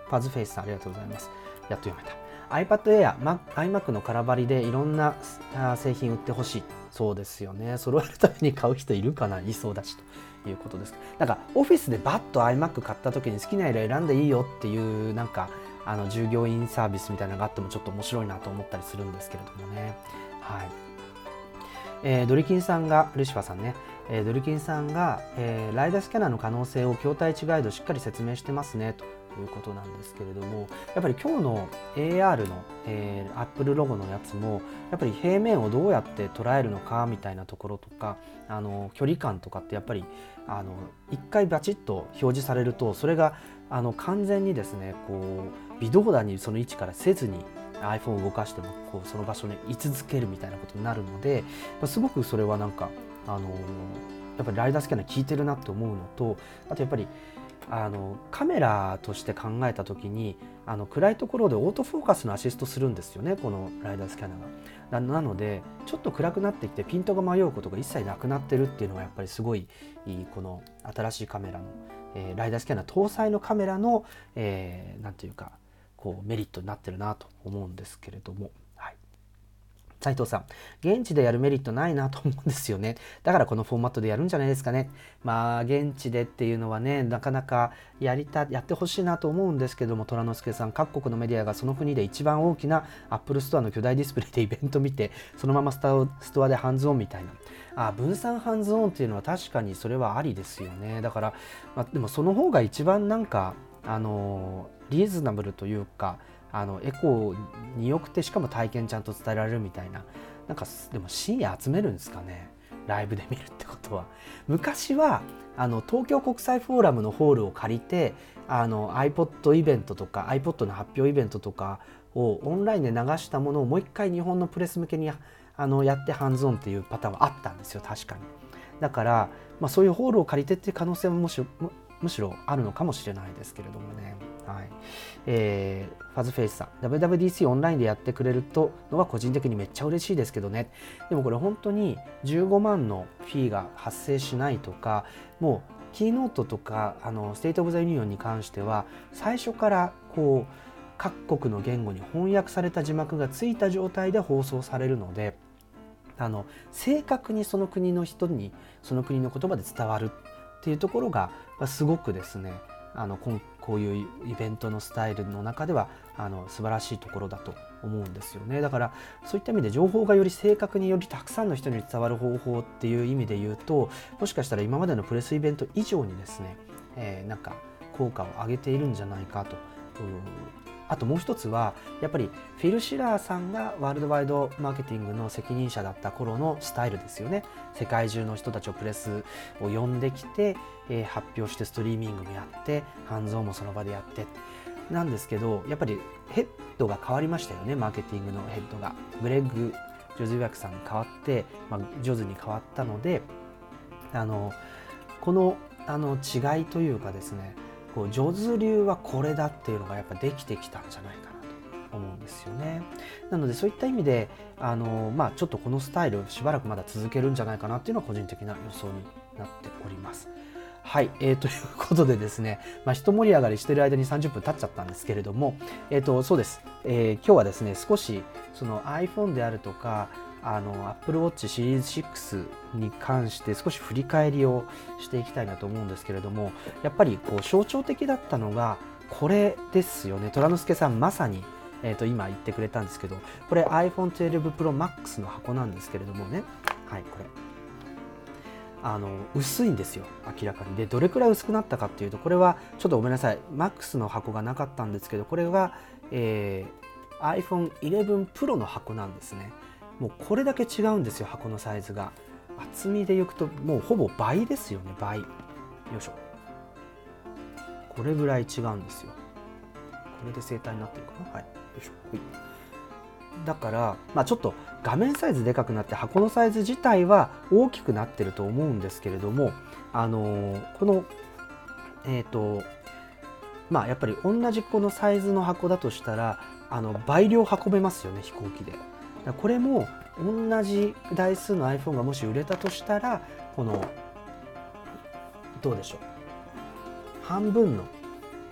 パズフェイスさんありがとうございます。やっと読めた。iPad Air、Mac、iMac の空張りでいろんな製品売ってほしい。そうですよね。揃えるために買う人いるかな、いそうだしということです。なんかオフィスでバッと iMac 買った時に好きな色選んでいいよっていうなんかあの従業員サービスみたいなのがあってもちょっと面白いなと思ったりするんですけれどもね。はい。えー、ドリキンさんがルシファーさんね、えー、ドリキンさんが、えー、ライダースキャナーの可能性を筐体値ガイドしっかり説明してますねということなんですけれども、やっぱり今日の エーアール の、えー、Apple ロゴのやつもやっぱり平面をどうやって捉えるのかみたいなところとか、あの距離感とかってやっぱりあの一回バチッと表示されるとそれがあの完全にですねこう微動だにその位置からせずに iPhone を動かしてもこうその場所に居続けるみたいなことになるので、すごくそれはなんかあのやっぱりライダースキャナー効いてるなって思うのと、あとやっぱりあのカメラとして考えた時にあの暗いところでオートフォーカスのアシストするんですよね、このライダースキャナーが。な, なのでちょっと暗くなってきてピントが迷うことが一切なくなってるっていうのはやっぱりすごいいいこの新しいカメラの、えー、ライダースキャナー搭載のカメラの、えー、なんていうかこうメリットになってるなと思うんですけれども、はい、斉藤さん、現地でやるメリットないなと思うんですよね。だからこのフォーマットでやるんじゃないですかね。まあ現地でっていうのはね、なかなかやりたやってほしいなと思うんですけども、虎之助さん、各国のメディアがその国で一番大きなアップルストアの巨大ディスプレイでイベント見て、そのままスタストアでハンズオンみたいな。あ、分散ハンズオンっていうのは確かにそれはありですよね。だから、まあ、でもその方が一番なんかあのリーズナブルというか、あのエコーによくて、しかも体験ちゃんと伝えられるみたいな。なんかでも深夜集めるんですかね、ライブで見るってことは。昔はあの東京国際フォーラムのホールを借りてあの iPod イベントとか iPod の発表イベントとかをオンラインで流したものをもう一回日本のプレス向けにあのやってハンズオンっていうパターンはあったんですよ、確かに。だから、まあ、そういうホールを借りてっていう可能性ももしむむしろあるのかもしれないですけれどもね。はい、えー、ファズフェイスさん、 ダブリューダブリューディーシー オンラインでやってくれるとのは個人的にめっちゃ嬉しいですけどね。でもこれ本当にじゅうごまんのフィーが発生しないとか、もうキーノートとかあのステートオブザユニオンに関しては最初からこう各国の言語に翻訳された字幕がついた状態で放送されるので、あの正確にその国の人にその国の言葉で伝わるっていうところがすごくですね、あのこういうイベントのスタイルの中ではあの素晴らしいところだと思うんですよね。だからそういった意味で情報がより正確によりたくさんの人に伝わる方法っていう意味で言うと、もしかしたら今までのプレスイベント以上にですね、えー、なんか効果を上げているんじゃないかと。あともう一つはやっぱりフィル・シラーさんがワールドワイドマーケティングの責任者だった頃のスタイルですよね。世界中の人たちをプレスを呼んできて、えー、発表してストリーミングもやってハンズオンもその場でやってなんですけど、やっぱりヘッドが変わりましたよね。マーケティングのヘッドがグレッグ・ジョズ・ウィアクさんに変わって、まあ、ジョズに変わったので、あのこのあの違いというかですね、こうジョズ流はこれだっていうのがやっぱできてきたんじゃないかなと思うんですよね。なのでそういった意味であの、まあ、ちょっとこのスタイルしばらくまだ続けるんじゃないかなっていうのは個人的な予想になっております。はい、えー、ということでですね、まあ、一盛り上がりしている間にさんじゅっぷん経っちゃったんですけれども、えー、とそうです、えー、今日はですね少しその iPhone であるとかあの Apple Watch シリーズシックスに関して少し振り返りをしていきたいなと思うんですけれども、やっぱりこう象徴的だったのがこれですよね。虎之助さんまさに、えー、と今言ってくれたんですけど、これ アイフォントゥエルブプロマックス の箱なんですけれどもね、はい、これあの薄いんですよ、明らかに。でどれくらい薄くなったかっていうと、これはちょっとごめんなさい、マックスの箱がなかったんですけど、これが、えー、アイフォンイレブンプロの箱なんですね。もうこれだけ違うんですよ、箱のサイズが。厚みでいくともうほぼ倍ですよね、倍。よいしょ、これぐらい違うんですよ。これで正体になってるかな。はい、よいしょ。はい、だから、まあ、ちょっと画面サイズでかくなって箱のサイズ自体は大きくなってると思うんですけれども、あのー、このえっとまあやっぱり同じこのサイズの箱だとしたらあの倍量運べますよね、飛行機で。これも同じ台数の iPhone がもし売れたとしたら、このどうでしょう、半分の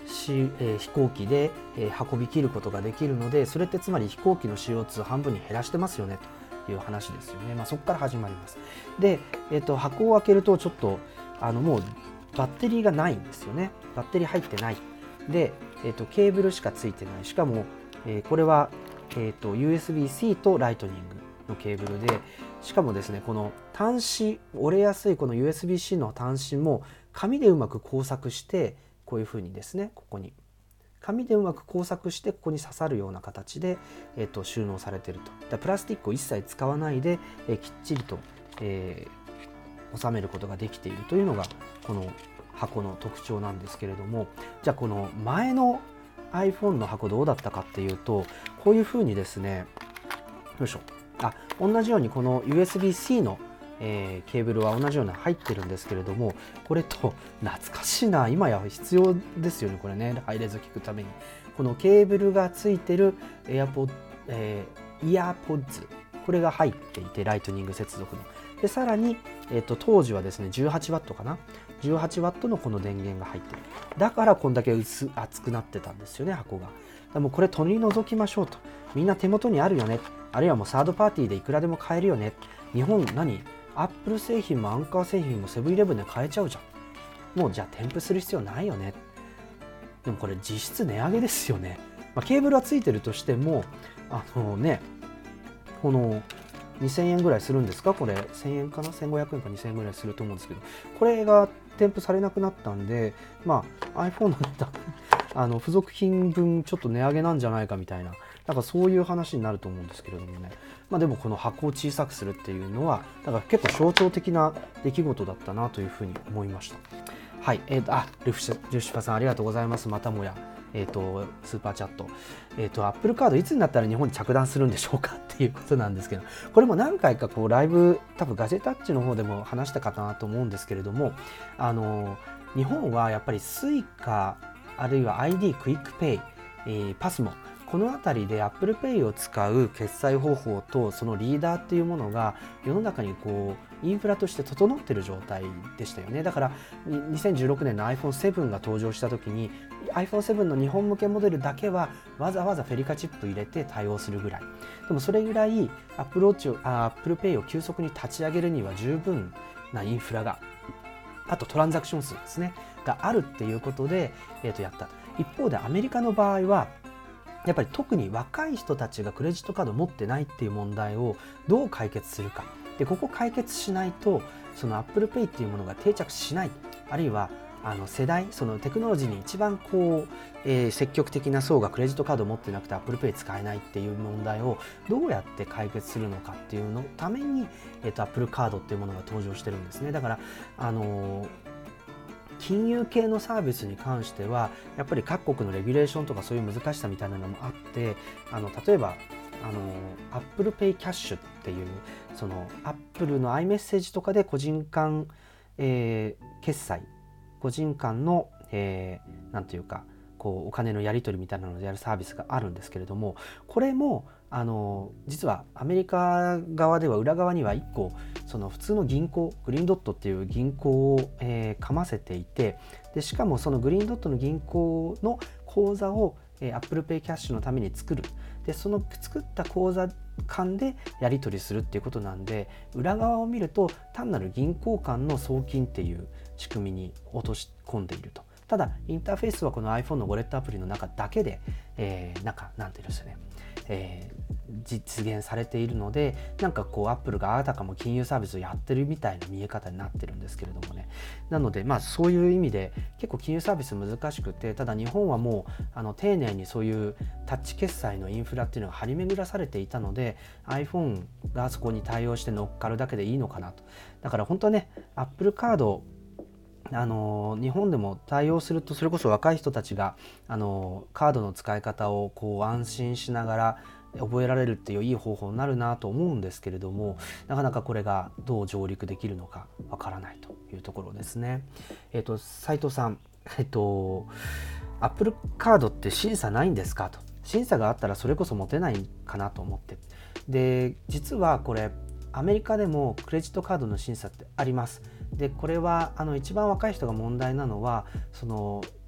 し、えー、飛行機で、えー、運び切ることができるので、それってつまり飛行機の シーオーツー 半分に減らしてますよねという話ですよね。まあ、そこから始まります。で、えー、と箱を開けるとちょっとあのもうバッテリーがないんですよね。バッテリー入ってないで、えー、とケーブルしかついてない。しかも、えー、これは、えー、と ユーエスビー-C とライトニングのケーブルで、しかもですね、この端子、折れやすいこの ユーエスビー-C の端子も紙でうまく工作して、こういうふうにですね、ここに紙でうまく工作してここに刺さるような形で、えー、と収納されていると。だプラスチックを一切使わないで、えー、きっちりと、えー、収めることができているというのがこの箱の特徴なんですけれども、じゃあこの前の iPhone の箱どうだったかっていうと、こういうふうにですね、よいしょ、あ、同じようにこの ユーエスビー-C のえー、ケーブルは同じような入ってるんですけれども、これと懐かしいな、今や必要ですよね、これね、ハイレゾ聞くために。このケーブルがついてるエアポッ、えー、イヤーポッズ、これが入っていて、ライトニング接続の。で、さらに、えーと、当時はですね、じゅうはちワットかな、じゅうはちワットのこの電源が入ってる。だからこんだけ薄厚くなってたんですよね、箱が。でもこれ取り除きましょうと。みんな手元にあるよね。あるいはもうサードパーティーでいくらでも買えるよね。日本何アップル製品もアンカー製品もセブンイレブンで買えちゃうじゃん。もうじゃあ添付する必要ないよね。でもこれ実質値上げですよね。まあ、ケーブルはついてるとしても、あのね、このにせんえんぐらいするんですか、これせんえんかな、せんごひゃくえんかにせんえんぐらいすると思うんですけど、これが添付されなくなったんで、まあ iPhone の値段あの付属品分ちょっと値上げなんじゃないかみたいな、なんかそういう話になると思うんですけれどもね。まあ、でもこの箱を小さくするっていうのはだから結構象徴的な出来事だったなというふうに思いました。はい、えーと、あ、ルフシルシファさんありがとうございます。またもや、えーと、スーパーチャット。えーと、Apple カードいつになったら日本に着弾するんでしょうかっていうことなんですけど、これも何回かこうライブ、多分ガジェタッチの方でも話したかなと思うんですけれども、あの日本はやっぱり Suica あるいは アイディー クイックペイ、えー、パスモ、この辺りで Apple Pay を使う決済方法とそのリーダーっていうものが世の中にこうインフラとして整っている状態でしたよね。だからにせんじゅうろくねんの アイフォンセブン が登場した時に アイフォンセブン の日本向けモデルだけはわざわざフェリカチップ入れて対応するぐらい。でもそれぐらい Apple Watch を、あ、Apple Pay を急速に立ち上げるには十分なインフラが、あとトランザクション数ですねがあるっていうことで、えー、とやった。一方でアメリカの場合はやっぱり特に若い人たちがクレジットカードを持ってないっていう問題をどう解決するか。でここ解決しないとその Apple Pay っていうものが定着しない、あるいはあの世代、そのテクノロジーに一番こう、えー、積極的な層がクレジットカードを持ってなくて Apple Pay 使えないっていう問題をどうやって解決するのかっていうのために、えー、と Apple カードっていうものが登場してるんですね。だからあのー金融系のサービスに関してはやっぱり各国のレギュレーションとかそういう難しさみたいなのもあって、あの例えばあの Apple Pay Cash っていうその Apple の iMessage とかで個人間、えー、決済、個人間の、えー、なんていうかこうお金のやり取りみたいなのをやるサービスがあるんですけれども、これもあの実はアメリカ側では裏側にはいっこその普通の銀行、グリーンドットっていう銀行を、えー、かませていて、でしかもそのグリーンドットの銀行の口座を、えー、Apple Pay Cash のために作る。でその作った口座間でやり取りするっていうことなんで、裏側を見ると単なる銀行間の送金っていう仕組みに落とし込んでいると。ただインターフェースはこの iPhone のウォレットアプリの中だけで、えー、中なんていうんですよね、えー、実現されているので、なんかこう Apple があたかも金融サービスをやってるみたいな見え方になってるんですけれどもね。なのでまあそういう意味で結構金融サービス難しくて、ただ日本はもうあの丁寧にそういうタッチ決済のインフラっていうのが張り巡らされていたので iPhone がそこに対応して乗っかるだけでいいのかなと。だから本当はね Apple カードあの日本でも対応すると、それこそ若い人たちがあのカードの使い方をこう安心しながら覚えられるっていういい方法になるなと思うんですけれども、なかなかこれがどう上陸できるのかわからないというところですね。えっと斉藤さん、えっと Apple カードって審査ないんですかと。審査があったらそれこそ持てないかなと思って、で実はこれアメリカでもクレジットカードの審査ってあります。でこれはあの一番若い人が問題なのはその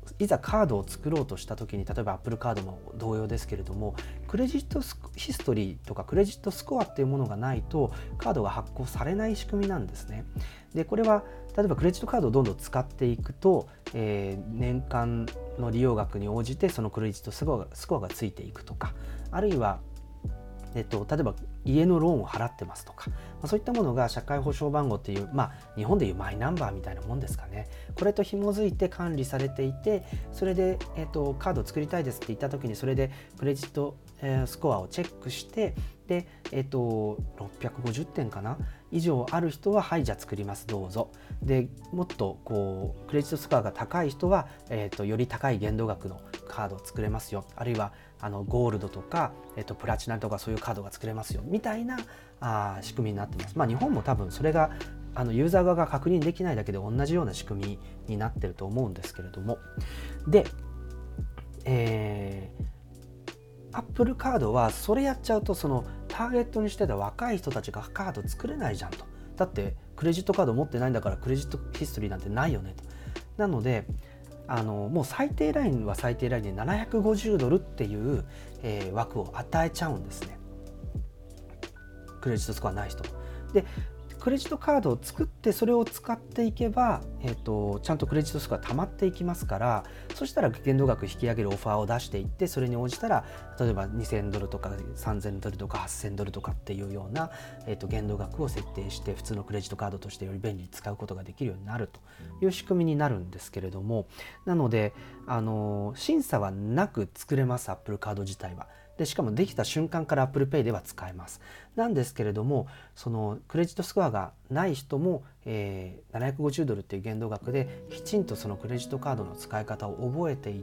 いざカードを作ろうとした時に、例えば Apple カードも同様ですけれども、クレジットヒストリーとかクレジットスコアっていうものがないとカードが発行されない仕組みなんですね。でこれは例えばクレジットカードをどんどん使っていくと、えー、年間の利用額に応じてそのクレジットスコアが、スコアがついていくとか、あるいはえっと、例えば家のローンを払ってますとか、まあ、そういったものが社会保障番号っていう、まあ、日本でいうマイナンバーみたいなもんですかね。これと紐づいて管理されていて、それで、えっと、カードを作りたいですって言った時に、それでクレジット、えー、スコアをチェックして、で、えっと、ろっぴゃくごじゅってんかな以上ある人は、はい、じゃあ作りますどうぞ。でもっとこうクレジットスコアが高い人は、えっと、より高い限度額のカードを作れますよ、あるいはあのゴールドとか、えっと、プラチナとかそういうカードが作れますよみたいなあ仕組みになってます。まあ日本も多分それがあのユーザー側が確認できないだけで同じような仕組みになってると思うんですけれども、で、えー、Apple カードはそれやっちゃうと、そのターゲットにしてた若い人たちがカード作れないじゃんと。だってクレジットカード持ってないんだからクレジットヒストリーなんてないよねと。なのであのもう最低ラインは最低ラインでななひゃくごじゅうドルっていう、えー、枠を与えちゃうんですね、クレジットスコアない人で。クレジットカードを作ってそれを使っていけば、えーと、ちゃんとクレジットスコア溜まっていきますから、そしたら限度額引き上げるオファーを出していって、それに応じたら例えばにせんドルとかさんぜんドルとかはっせんドルとかっていうような、えーと、限度額を設定して普通のクレジットカードとしてより便利に使うことができるようになるという仕組みになるんですけれども、なのであの審査はなく作れます、 Apple カード自体は。でしかもできた瞬間から Apple Pay では使えます。なんですけれども、そのクレジットスコアがない人も、えー、ななひゃくごじゅうドルっていう限度額できちんとそのクレジットカードの使い方を覚えていって、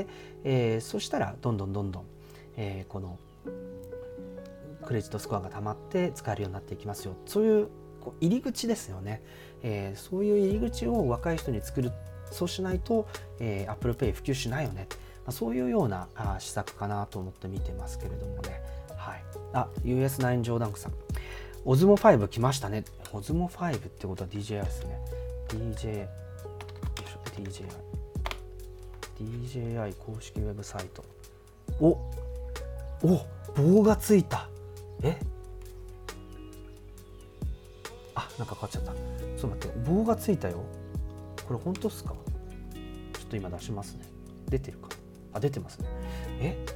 えー、そしたらどんどんどんどん、えー、このクレジットスコアが溜まって使えるようになっていきますよ。そういう入り口ですよね、えー、そういう入り口を若い人に作る。そうしないと、えー、Apple Pay 普及しないよね。そういうようなあ施策かなと思って見てますけれどもね。はい、あ ユーエスナイン ジョーダンクさん、オズモファイブ来ましたね。オズモファイブってことは ディージェーアイ ですね。 ディージェー よいしょ ディージェーアイ ディージェーアイ 公式ウェブサイト。おお棒がついた。えあなんか変わっちゃった。ちょっと待って、棒がついたよ。これ本当っすか？ちょっと今出しますね。出てるか。あ、出てますね。え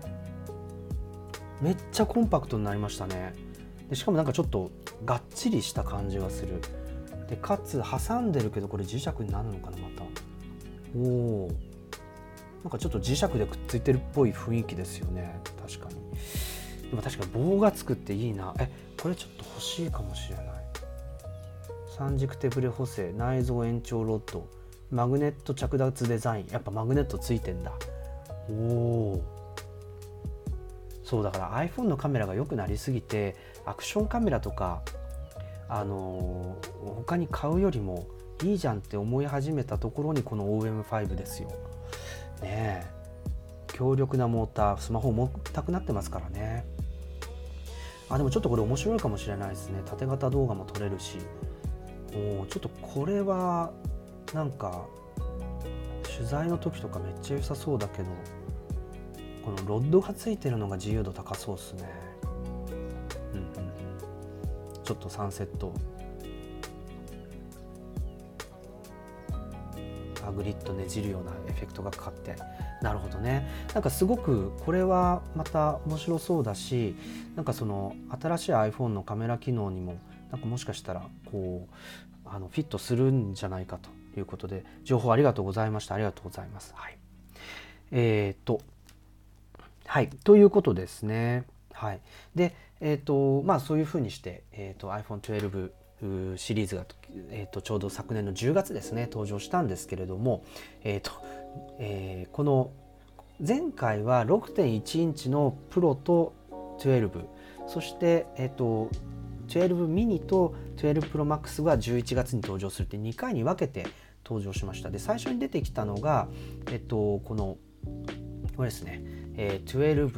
めっちゃコンパクトになりましたね。でしかもなんかちょっとがっちりした感じがする。でかつ挟んでるけど、これ磁石になるのかなまた。おお、なんかちょっと磁石でくっついてるっぽい雰囲気ですよね。確かに。でも確かに棒がつくっていいな。えこれちょっと欲しいかもしれない。三軸手ブレ補正、内蔵延長ロッド、マグネット着脱デザイン。やっぱマグネットついてんだ。おお、そうだから iPhone のカメラが良くなりすぎて、アクションカメラとかあのー、他に買うよりもいいじゃんって思い始めたところにこの オーエムファイブ ですよね。え強力なモーター、スマホ重たくなってますからね。あでもちょっとこれ面白いかもしれないですね。縦型動画も撮れるし、おちょっとこれはなんか取材の時とかめっちゃ良さそうだけど、このロッドがついてるのが自由度高そうですね。うんうんうん、ちょっとサンセットあグリッドねじるようなエフェクトがかかって、なるほどね。なんかすごくこれはまた面白そうだし、なんかその新しい iPhone のカメラ機能にもなんかもしかしたらこうあのフィットするんじゃないかということで、情報ありがとうございました。ありがとうございます。はい。えー、とはいということですね。はい。で、えーとまあそういうふうにして、えーと アイフォントゥエルブシリーズが、えー、とちょうど昨年のじゅうがつですね登場したんですけれども、えーとえー、この前回は ろくてんいち インチのプロとじゅうに、そして、えー、とじゅうにミニとじゅうにプロマックスがじゅういちがつに登場するってにかいに分けて登場しました。で最初に出てきたのが、えっと、このこれですね、えー、じゅうに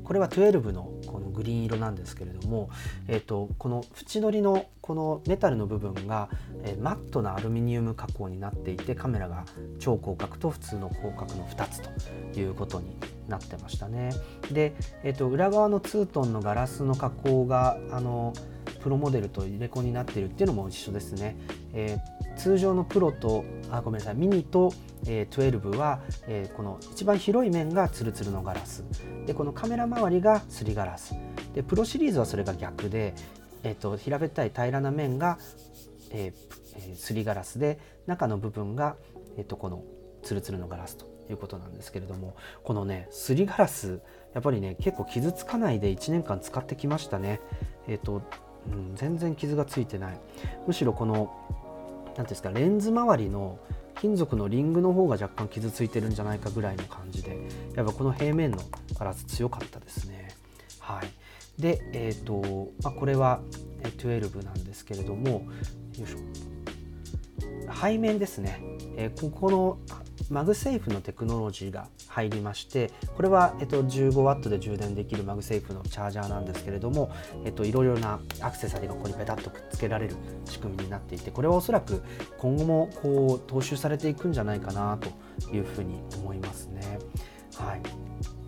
これはじゅうにのこのグリーン色なんですけれども、えー、とこの縁取りのこのメタルの部分が、えー、マットなアルミニウム加工になっていて、カメラが超広角と普通の広角のふたつということになってましたね。で、えー、と裏側のツートンのガラスの加工があのプロモデルと入れ子になっているっていうのも一緒ですね。えー、通常のプロとあごめんなさいミニと、えー、じゅうには、えー、この一番広い面がツルツルのガラスで、このカメラ周りがすりガラスで、プロシリーズはそれが逆で、えー、と平べったい平らな面が、えー、すりガラスで、中の部分が、えー、とこのツルツルのガラスということなんですけれども、このねすりガラスやっぱりね結構傷つかないでいちねんかん使ってきましたね。えっ、ー、とうん、全然傷がついてない。むしろこの何ですか、レンズ周りの金属のリングの方が若干傷ついてるんじゃないかぐらいの感じで、やっぱこの平面のガラス強かったですね。はい、で、えーとまあ、これはじゅうになんですけれども、よいしょ、背面ですね、えー、ここのマグセーフのテクノロジーが入りまして、これは、えっと、じゅうごワットで充電できるマグセーフのチャージャーなんですけれども、えっと、いろいろなアクセサリーがここにペタッとくっつけられる仕組みになっていて、これはおそらく今後もこう踏襲されていくんじゃないかなというふうに思いますね。はい、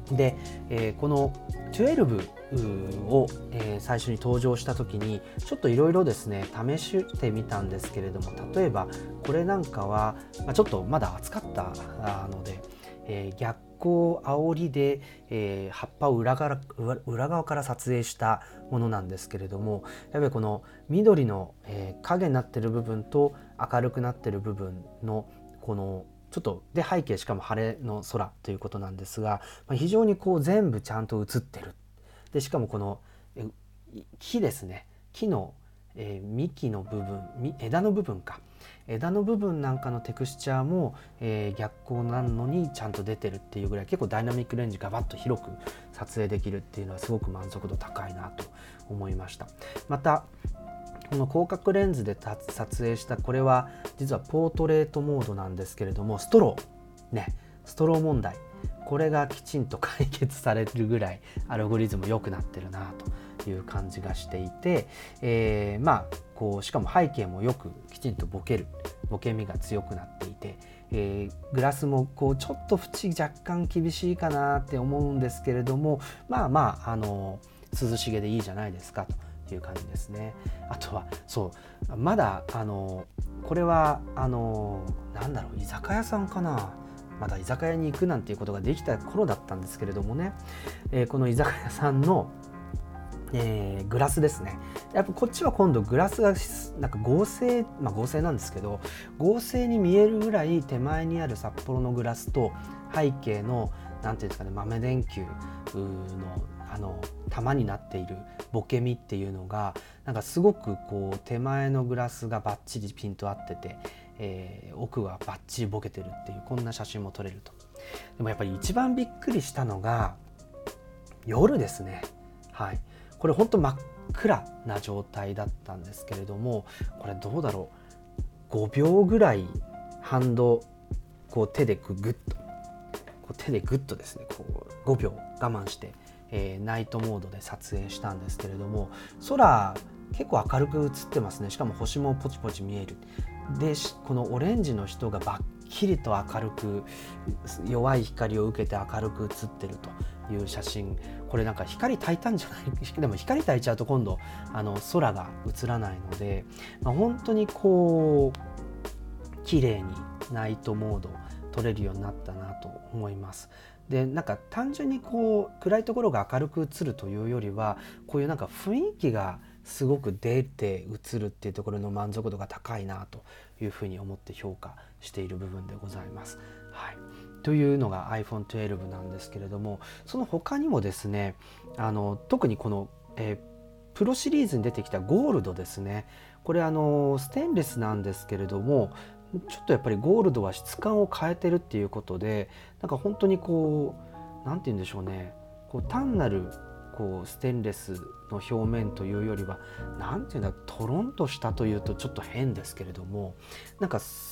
で、えー、このじゅうにを、えー、最初に登場した時にちょっといろいろですね試してみたんですけれども、例えばこれなんかは、まあ、ちょっとまだ熱かったので、えー、逆光煽りで、えー、葉っぱを裏側、裏側から撮影したものなんですけれども、やっぱりこの緑の、えー、影になってる部分と明るくなってる部分のこのちょっとで背景しかも晴れの空ということなんですが、まあ、非常にこう全部ちゃんと映ってる。でしかもこの木ですね、木の、えー、幹の部分、枝の部分か枝の部分なんかのテクスチャーも、えー、逆光なのにちゃんと出てるっていうぐらい、結構ダイナミックレンジがバッと広く撮影できるっていうのはすごく満足度高いなと思いました。またこの広角レンズで撮影したこれは実はポートレートモードなんですけれども、ストローねストロー問題、これがきちんと解決されるぐらいアルゴリズム良くなってるなという感じがしていて、えー、まあこうしかも背景もよくきちんとボケるボケみが強くなっていて、えー、グラスもこうちょっと縁若干厳しいかなって思うんですけれども、まあまああの涼しげでいいじゃないですかという感じですね。あとはそうまだあのこれはあのなんだろう居酒屋さんかな、まだ居酒屋に行くなんていうことができた頃だったんですけれどもね、えー、この居酒屋さんの、えー、グラスですね。やっぱこっちは今度グラスがなんか合成、まあ合成なんですけど合成に見えるぐらい手前にある札幌のグラスと背景のなんていうんですかね、豆電球のあの玉になっているボケみっていうのがなんかすごくこう手前のグラスがバッチリピンと合ってて、えー、奥はバッチリボケてるっていうこんな写真も撮れると。でもやっぱり一番びっくりしたのが夜ですね。はい、これ本当真っ暗な状態だったんですけれども、これどうだろうごびょうぐらいハンドこう手でグッとこう手でグッとですねこうごびょう我慢して、えー、ナイトモードで撮影したんですけれども、空結構明るく映ってますね。しかも星もポチポチ見える。でこのオレンジの人がバッキリと明るく弱い光を受けて明るく写ってるという写真、これなんか光焚いたんじゃないでも光焚いちゃうと今度あの空が映らないので、まあ、本当にこう綺麗にナイトモード撮れるようになったなと思います。でなんか単純にこう暗いところが明るく映るというよりはこういうなんか雰囲気がすごく出て映るっていうところの満足度が高いなというふうに思って評価している部分でございます。はい、というのが アイフォンじゅうに なんですけれども、その他にもですねあの特にこの、えー、プロシリーズに出てきたゴールドですね。これあのステンレスなんですけれどもちょっとやっぱりゴールドは質感を変えてるっていうことでなんか本当にこうなんて言うんでしょうね、こう単なるこうステンレスの表面というよりはなんていうんだトロンとしたというとちょっと変ですけれどもなんか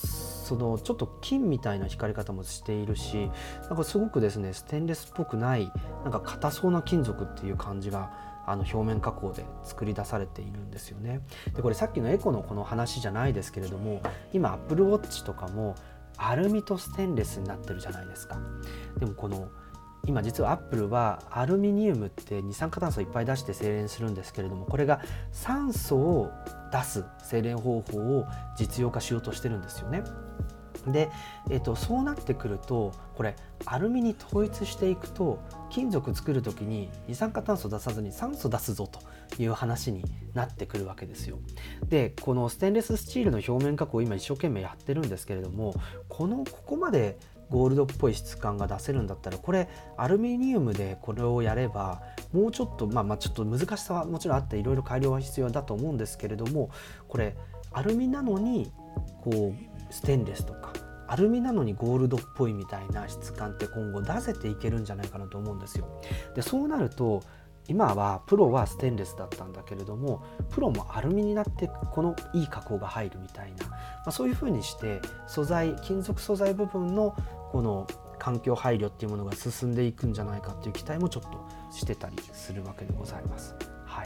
そのちょっと金みたいな光り方もしているし、なんかすごくですねステンレスっぽくないなんか硬そうな金属っていう感じがあの表面加工で作り出されているんですよね。でこれさっきのエコのこの話じゃないですけれども、今 Apple Watch とかもアルミとステンレスになってるじゃないですか。でもこの今実はアップルはアルミニウムって二酸化炭素いっぱい出して精錬するんですけれども、これが酸素を出す精錬方法を実用化しようとしてるんですよね。で、えっと、そうなってくるとこれアルミに統一していくと金属作る時に二酸化炭素出さずに酸素出すぞという話になってくるわけですよ。でこのステンレススチールの表面加工を今一生懸命やってるんですけれども、このここまでゴールドっぽい質感が出せるんだったら、これアルミニウムでこれをやればもうちょっとまあまあちょっと難しさはもちろんあっていろいろ改良は必要だと思うんですけれども、これアルミなのにこうステンレスとかアルミなのにゴールドっぽいみたいな質感って今後出せていけるんじゃないかなと思うんですよ。でそうなると今はプロはステンレスだったんだけれども、プロもアルミになってこのいい加工が入るみたいな、まあ、そういう風にして素材金属素材部分のこの環境配慮っていうものが進んでいくんじゃないかっていう期待もちょっとしてたりするわけでございます。はい、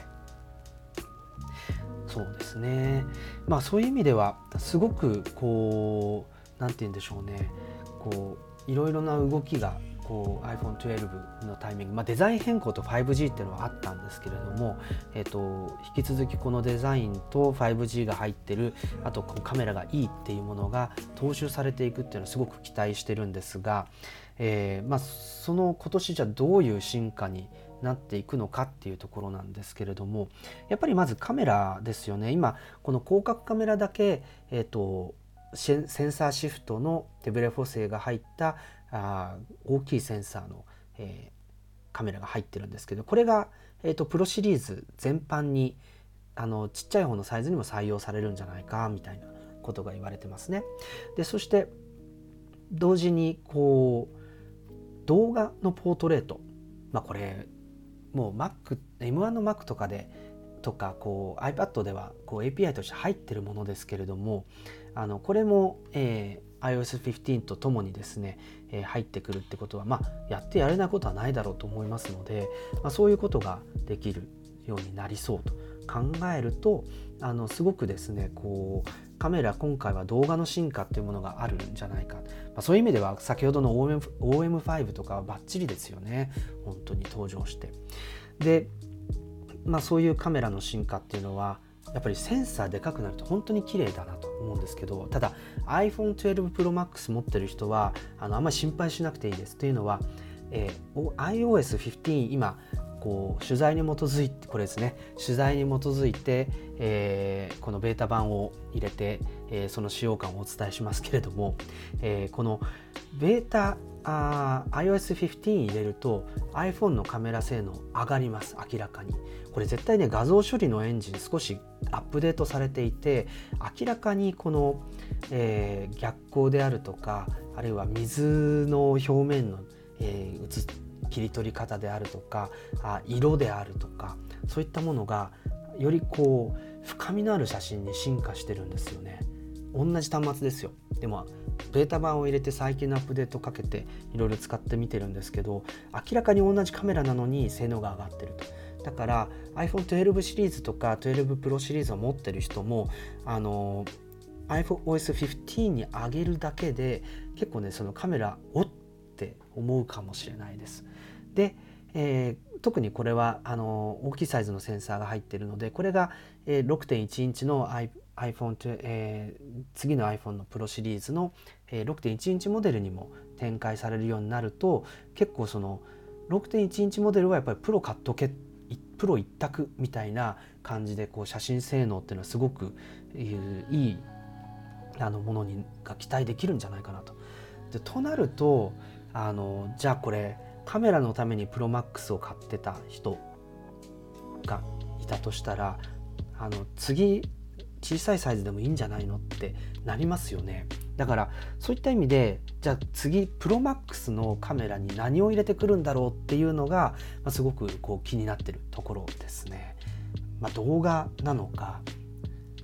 そうですね。まあそういう意味ではすごくこうなんて言うんでしょうね、こういろいろな動きがこう アイフォンじゅうに のタイミング、まあ、デザイン変更と ファイブジー っていうのはあったんですけれども、えっと、引き続きこのデザインと ファイブジー が入ってる、あとこのカメラがいいっていうものが踏襲されていくっていうのはすごく期待してるんですが、えーまあ、その今年じゃどういう進化になっていくのかっていうところなんですけれども、やっぱりまずカメラですよね。今この広角カメラだけ、えっとセンサーシフトの手ブレ補正が入ったあ大きいセンサーの、えー、カメラが入ってるんですけど、これが、えーと、プロシリーズ全般にあのちっちゃい方のサイズにも採用されるんじゃないかみたいなことが言われてますね。でそして同時にこう動画のポートレート、まあ、これもう Mac、エムワン の Mac とかでとかこう iPad ではこう エーピーアイ として入ってるものですけれども、あのこれも、えー、アイオーエスフィフティーン とともにですね、えー、入ってくるってことは、まあ、やってやれないことはないだろうと思いますので、まあ、そういうことができるようになりそうと考えると、あのすごくですねこうカメラ今回は動画の進化っていうものがあるんじゃないか、まあ、そういう意味では先ほどの オーエムオーエムファイブ とかはバッチリですよね。本当に登場してでまあ、そういうカメラの進化っていうのはやっぱりセンサーでかくなると本当に綺麗だなと思うんですけど、ただ アイフォンじゅうに Pro Max 持ってる人はあのあんまり心配しなくていいです。というのは、えー、アイオーエスフィフティーン 今こう取材に基づいてこれですね取材に基づいて、えー、このベータ版を入れて、えー、その使用感をお伝えしますけれども、えー、このベータあ アイオーエスフィフティーン 入れると iPhone のカメラ性能上がります。明らかにこれ絶対ね画像処理のエンジン少しアップデートされていて、明らかにこの、えー、逆光であるとかあるいは水の表面の、えー、写切り取り方であるとかあ色であるとかそういったものがよりこう深みのある写真に進化してるんですよね。同じ端末ですよ。でもベータ版を入れて最近のアップデートかけていろいろ使ってみてるんですけど、明らかに同じカメラなのに性能が上がってると。だから アイフォンじゅうに シリーズとかじゅうに Pro シリーズを持ってる人もあの アイオーエスフィフティーン に上げるだけで結構ねそのカメラおって思うかもしれないです。で、えー、特にこれはあの大きいサイズのセンサーが入っているので、これが、えー、ろくてんいちインチの iPhone、えー、次の iPhone の Pro シリーズの、えー、ろくてんいちインチモデルにも展開されるようになると、結構その ろくてんいちインチモデルはやっぱりプロ買っとけプロ一択みたいな感じでこう写真性能っていうのはすごくいいあのものにが期待できるんじゃないかなと。でとなるとあのじゃあこれカメラのためにプロマックスを買ってた人がいたとしたら、あの次小さいサイズでもいいんじゃないのってなりますよね。だからそういった意味でじゃあ次プロマックスのカメラに何を入れてくるんだろうっていうのが、まあ、すごくこう気になってるところですね。まあ、動画なのか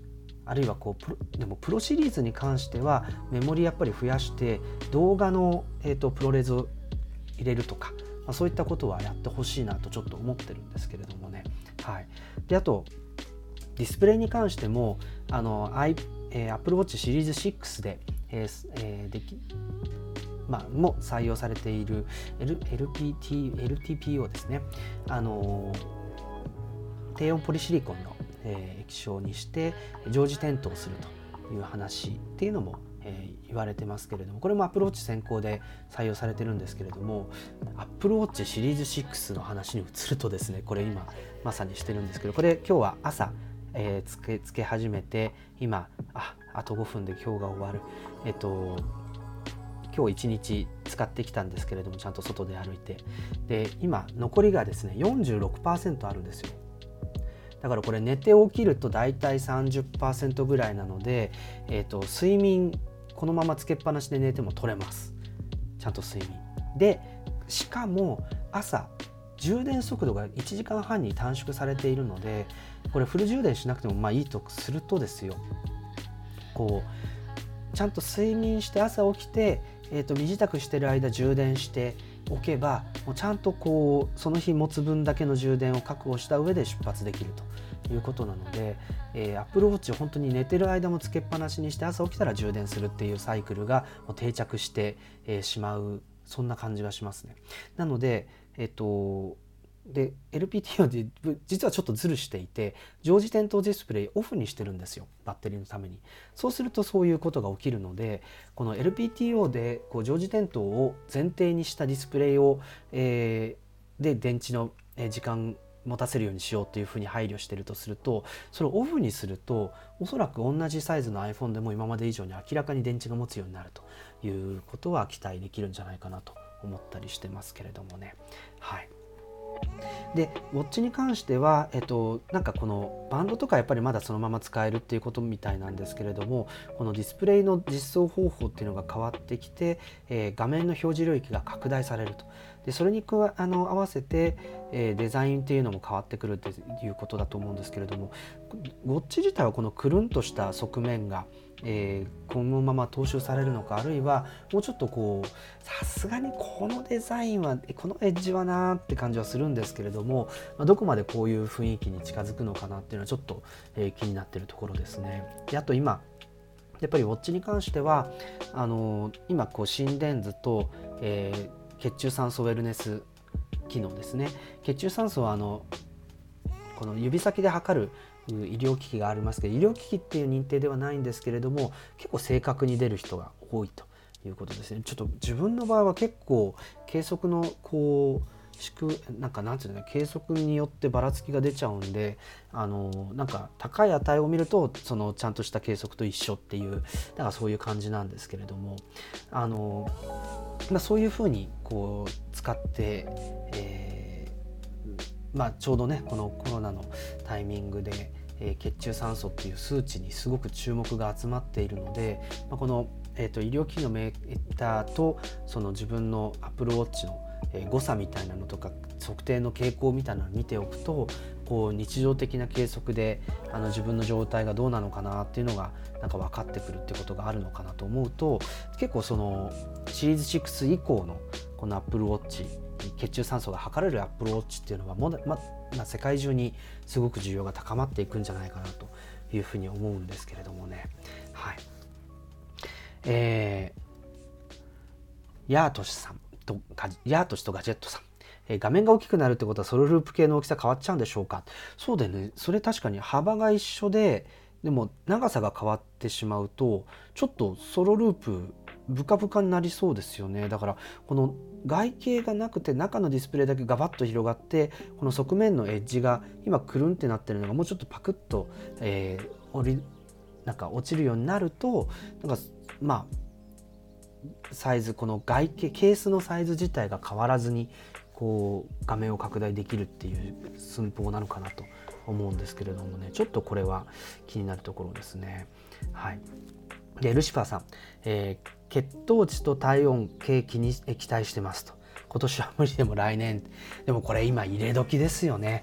あるいはこうプロでもプロシリーズに関してはメモリやっぱり増やして動画の、えーと、プロレスを入れるとか、まあ、そういったことはやってほしいなとちょっと思ってるんですけれどもね。はい、であとディスプレイに関してもあの、Iえー、Apple Watch シリーズシックスで、えーえー、できまあ、も採用されている L エルピーティー エルティーピーオー ですね。あの低温ポリシリコンの、えー、液晶にして常時点灯するという話っていうのも、えー、言われてますけれども、これも Apple Watch 先行で採用されてるんですけれども、 Apple Watch シリーズシックスの話に移るとですね、これ今まさにしてるんですけど、これ今日は朝、えー、つけつけ始めて今ああとごふんで今日が終わる、えっと今日一日使ってきたんですけれども、ちゃんと外で歩いて、で今残りがですね よんじゅうろくパーセント あるんですよ。だからこれ寝て起きるとだいたい さんじゅっパーセント ぐらいなので、えーと、睡眠このままつけっぱなしで寝ても取れます。ちゃんと睡眠で、しかも朝充電速度がいちじかんはんに短縮されているので、これフル充電しなくてもまあいいとするとですよ、こうちゃんと睡眠して朝起きて、えーと、身支度してる間充電しておけば、もうちゃんとこうその日持つ分だけの充電を確保した上で出発できるということなので、えー、Apple Watch 本当に寝てる間もつけっぱなしにして朝起きたら充電するっていうサイクルがもう定着して、えー、しまう、そんな感じがしますね。なので、えっとで エルピーティーオー で実はちょっとズルしていて、常時点灯ディスプレイオフにしてるんですよ、バッテリーのために。そうするとそういうことが起きるので、この エルピーティーオー でこう常時点灯を前提にしたディスプレイを、えー、で電池の時間持たせるようにしようというふうに配慮しているとすると、それをオフにするとおそらく同じサイズの iPhone でも今まで以上に明らかに電池が持つようになるということは期待できるんじゃないかなと思ったりしてますけれどもね。はい。でウォッチに関しては、えっと、なんかこのバンドとかやっぱりまだそのまま使えるっていうことみたいなんですけれども、このディスプレイの実装方法っていうのが変わってきて、えー、画面の表示領域が拡大されると。でそれに加あの合わせて、えー、デザインっていうのも変わってくるっていうことだと思うんですけれども、ウォッチ自体はこのくるんとした側面がえー、このまま踏襲されるのか、あるいはもうちょっとこうさすがにこのデザインはこのエッジはなーって感じはするんですけれども、まあ、どこまでこういう雰囲気に近づくのかなっていうのはちょっと、えー、気になっているところですね。であと今やっぱりウォッチに関してはあのー、今こう心電図と、えー、血中酸素ウェルネス機能ですね。血中酸素はあのこの指先で測る医療機器がありますけど、医療機器っていう認定ではないんですけれども、結構正確に出る人が多いということですね。ちょっと自分の場合は結構計測のこうしくなんかなんていうの、計測によってばらつきが出ちゃうんで、あのなんか高い値を見るとそのちゃんとした計測と一緒っていう、だからそういう感じなんですけれども、あの、まあ、そういうふうにこう使って、えーまあ、ちょうどねこのコロナのタイミングで、えー、血中酸素っていう数値にすごく注目が集まっているので、まあ、この、えーと、医療機器のメーターとその自分の Apple Watch の、えー、誤差みたいなのとか測定の傾向みたいなのを見ておくと、こう日常的な計測であの自分の状態がどうなのかなっていうのがなんか分かってくるってことがあるのかなと思うと、結構そのシリーズシックス以降のこの Apple Watch、血中酸素が測れる Apple Watch っていうのはも、ままあ、世界中にすごく需要が高まっていくんじゃないかなというふうに思うんですけれどもね。はい。えー、ヤートシさんとヤートシとガジェットさん、えー、画面が大きくなるってことはソロループ系の大きさ変わっちゃうんでしょうか。そうでね、それ確かに幅が一緒ででも長さが変わってしまうとちょっとソロループブカブカになりそうですよね。だからこの外形がなくて中のディスプレイだけガバッと広がって、この側面のエッジが今くるんってなってるのがもうちょっとパクッと、えー、折りなんか落ちるようになると、なんかまあサイズ、この外形ケースのサイズ自体が変わらずにこう画面を拡大できるっていう寸法なのかなと思うんですけれどもね、ちょっとこれは気になるところですね。はい。でルシファーさん、えー、血糖値と体温計気に期待してますと。今年は無理でも来年。でもこれ今入れ時ですよね。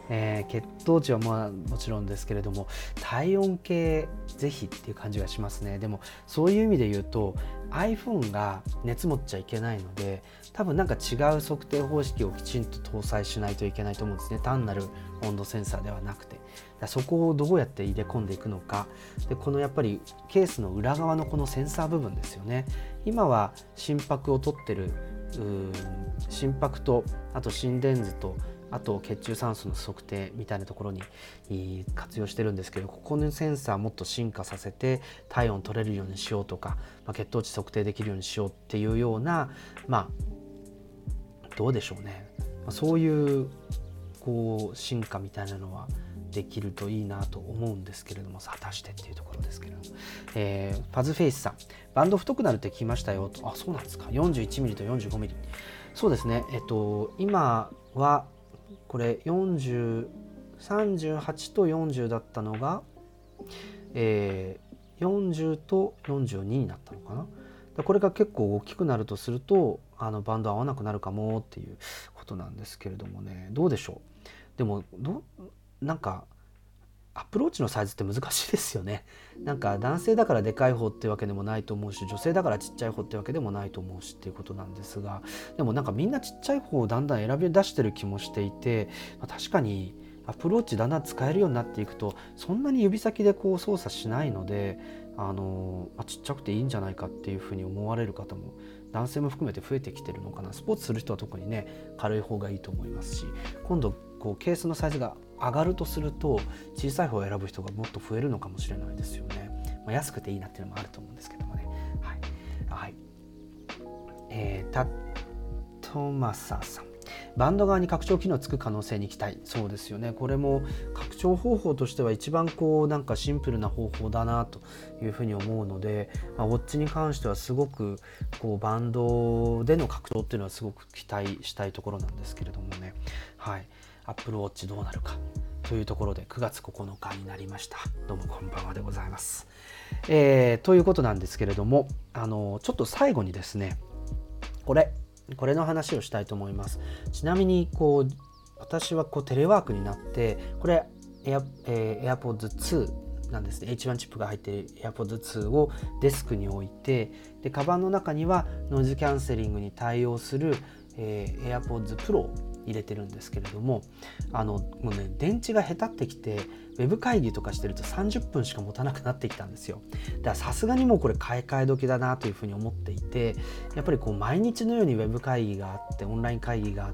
えー、血糖値はまあもちろんですけれども、体温計ぜひっていう感じがしますね。でもそういう意味で言うと iPhone が熱持っちゃいけないので、多分なんか違う測定方式をきちんと搭載しないといけないと思うんですね。単なる温度センサーではなくて、だそこをどうやって入れ込んでいくのか。でこのやっぱりケースの裏側のこのセンサー部分ですよね。今は心拍を取ってる心拍と、あと心電図と、あと血中酸素の測定みたいなところに活用してるんですけど、ここのセンサーもっと進化させて体温取れるようにしようとか、まあ、血糖値測定できるようにしようっていうような、まあどうでしょうね、まあ、そういうこう進化みたいなのはできるといいなと思うんですけれども、果たしてっていうところですけれども、えー、パズフェイスさん、バンド太くなるって聞きましたよと。あ、そうなんですか。 よんじゅういちミリ と よんじゅうごミリ、そうですね。えっと今はこれよんじゅう、さんじゅうはちとよんじゅうだったのが、えー、よんじゅうとよんじゅうにになったのかな。これが結構大きくなるとすると、あのバンド合わなくなるかもっていうことなんですけれどもね、どうでしょう。でもどなんかアプローチのサイズって難しいですよね。なんか男性だからでかい方ってわけでもないと思うし、女性だからちっちゃい方ってわけでもないと思うしっていうことなんですが、でもなんかみんなちっちゃい方をだんだん選び出してる気もしていて、まあ、確かにアプローチだんだん使えるようになっていくと、そんなに指先でこう操作しないので、あのあちっちゃくていいんじゃないかっていうふうに思われる方も男性も含めて増えてきてるのかな。スポーツする人は特にね、軽い方がいいと思いますし、今度こうケースのサイズが上がるとすると小さい方を選ぶ人がもっと増えるのかもしれないですよね。まあ、安くていいなっていうのもあると思うんですけどもね。はい、はい、えー、タットマサさん、バンド側に拡張機能つく可能性に期待。そうですよね。これも拡張方法としては一番こうなんかシンプルな方法だなというふうに思うので、まあ、ウォッチに関してはすごくこうバンドでの拡張っていうのはすごく期待したいところなんですけれどもね。はい、アップルウォッチどうなるかというところでくがつここのかになりました。どうもこんばんはでございます。えー、ということなんですけれども、あのちょっと最後にですね、これこれの話をしたいと思います。ちなみにこう私はこうテレワークになって、これ Air、えー、AirPods ツーなんですね。エイチワン チップが入っている AirPods ツーをデスクに置いて、でカバンの中にはノイズキャンセリングに対応する、えー、AirPods Pro を入れてるんですけれども、あのもうね電池がへたってきて、ウェブ会議とかしてるとさんじゅっぷんしか持たなくなってきたんですよ。だからさすがにもうこれ買い替え時だなというふうに思っていて、やっぱりこう毎日のようにウェブ会議があって、オンライン会議があって、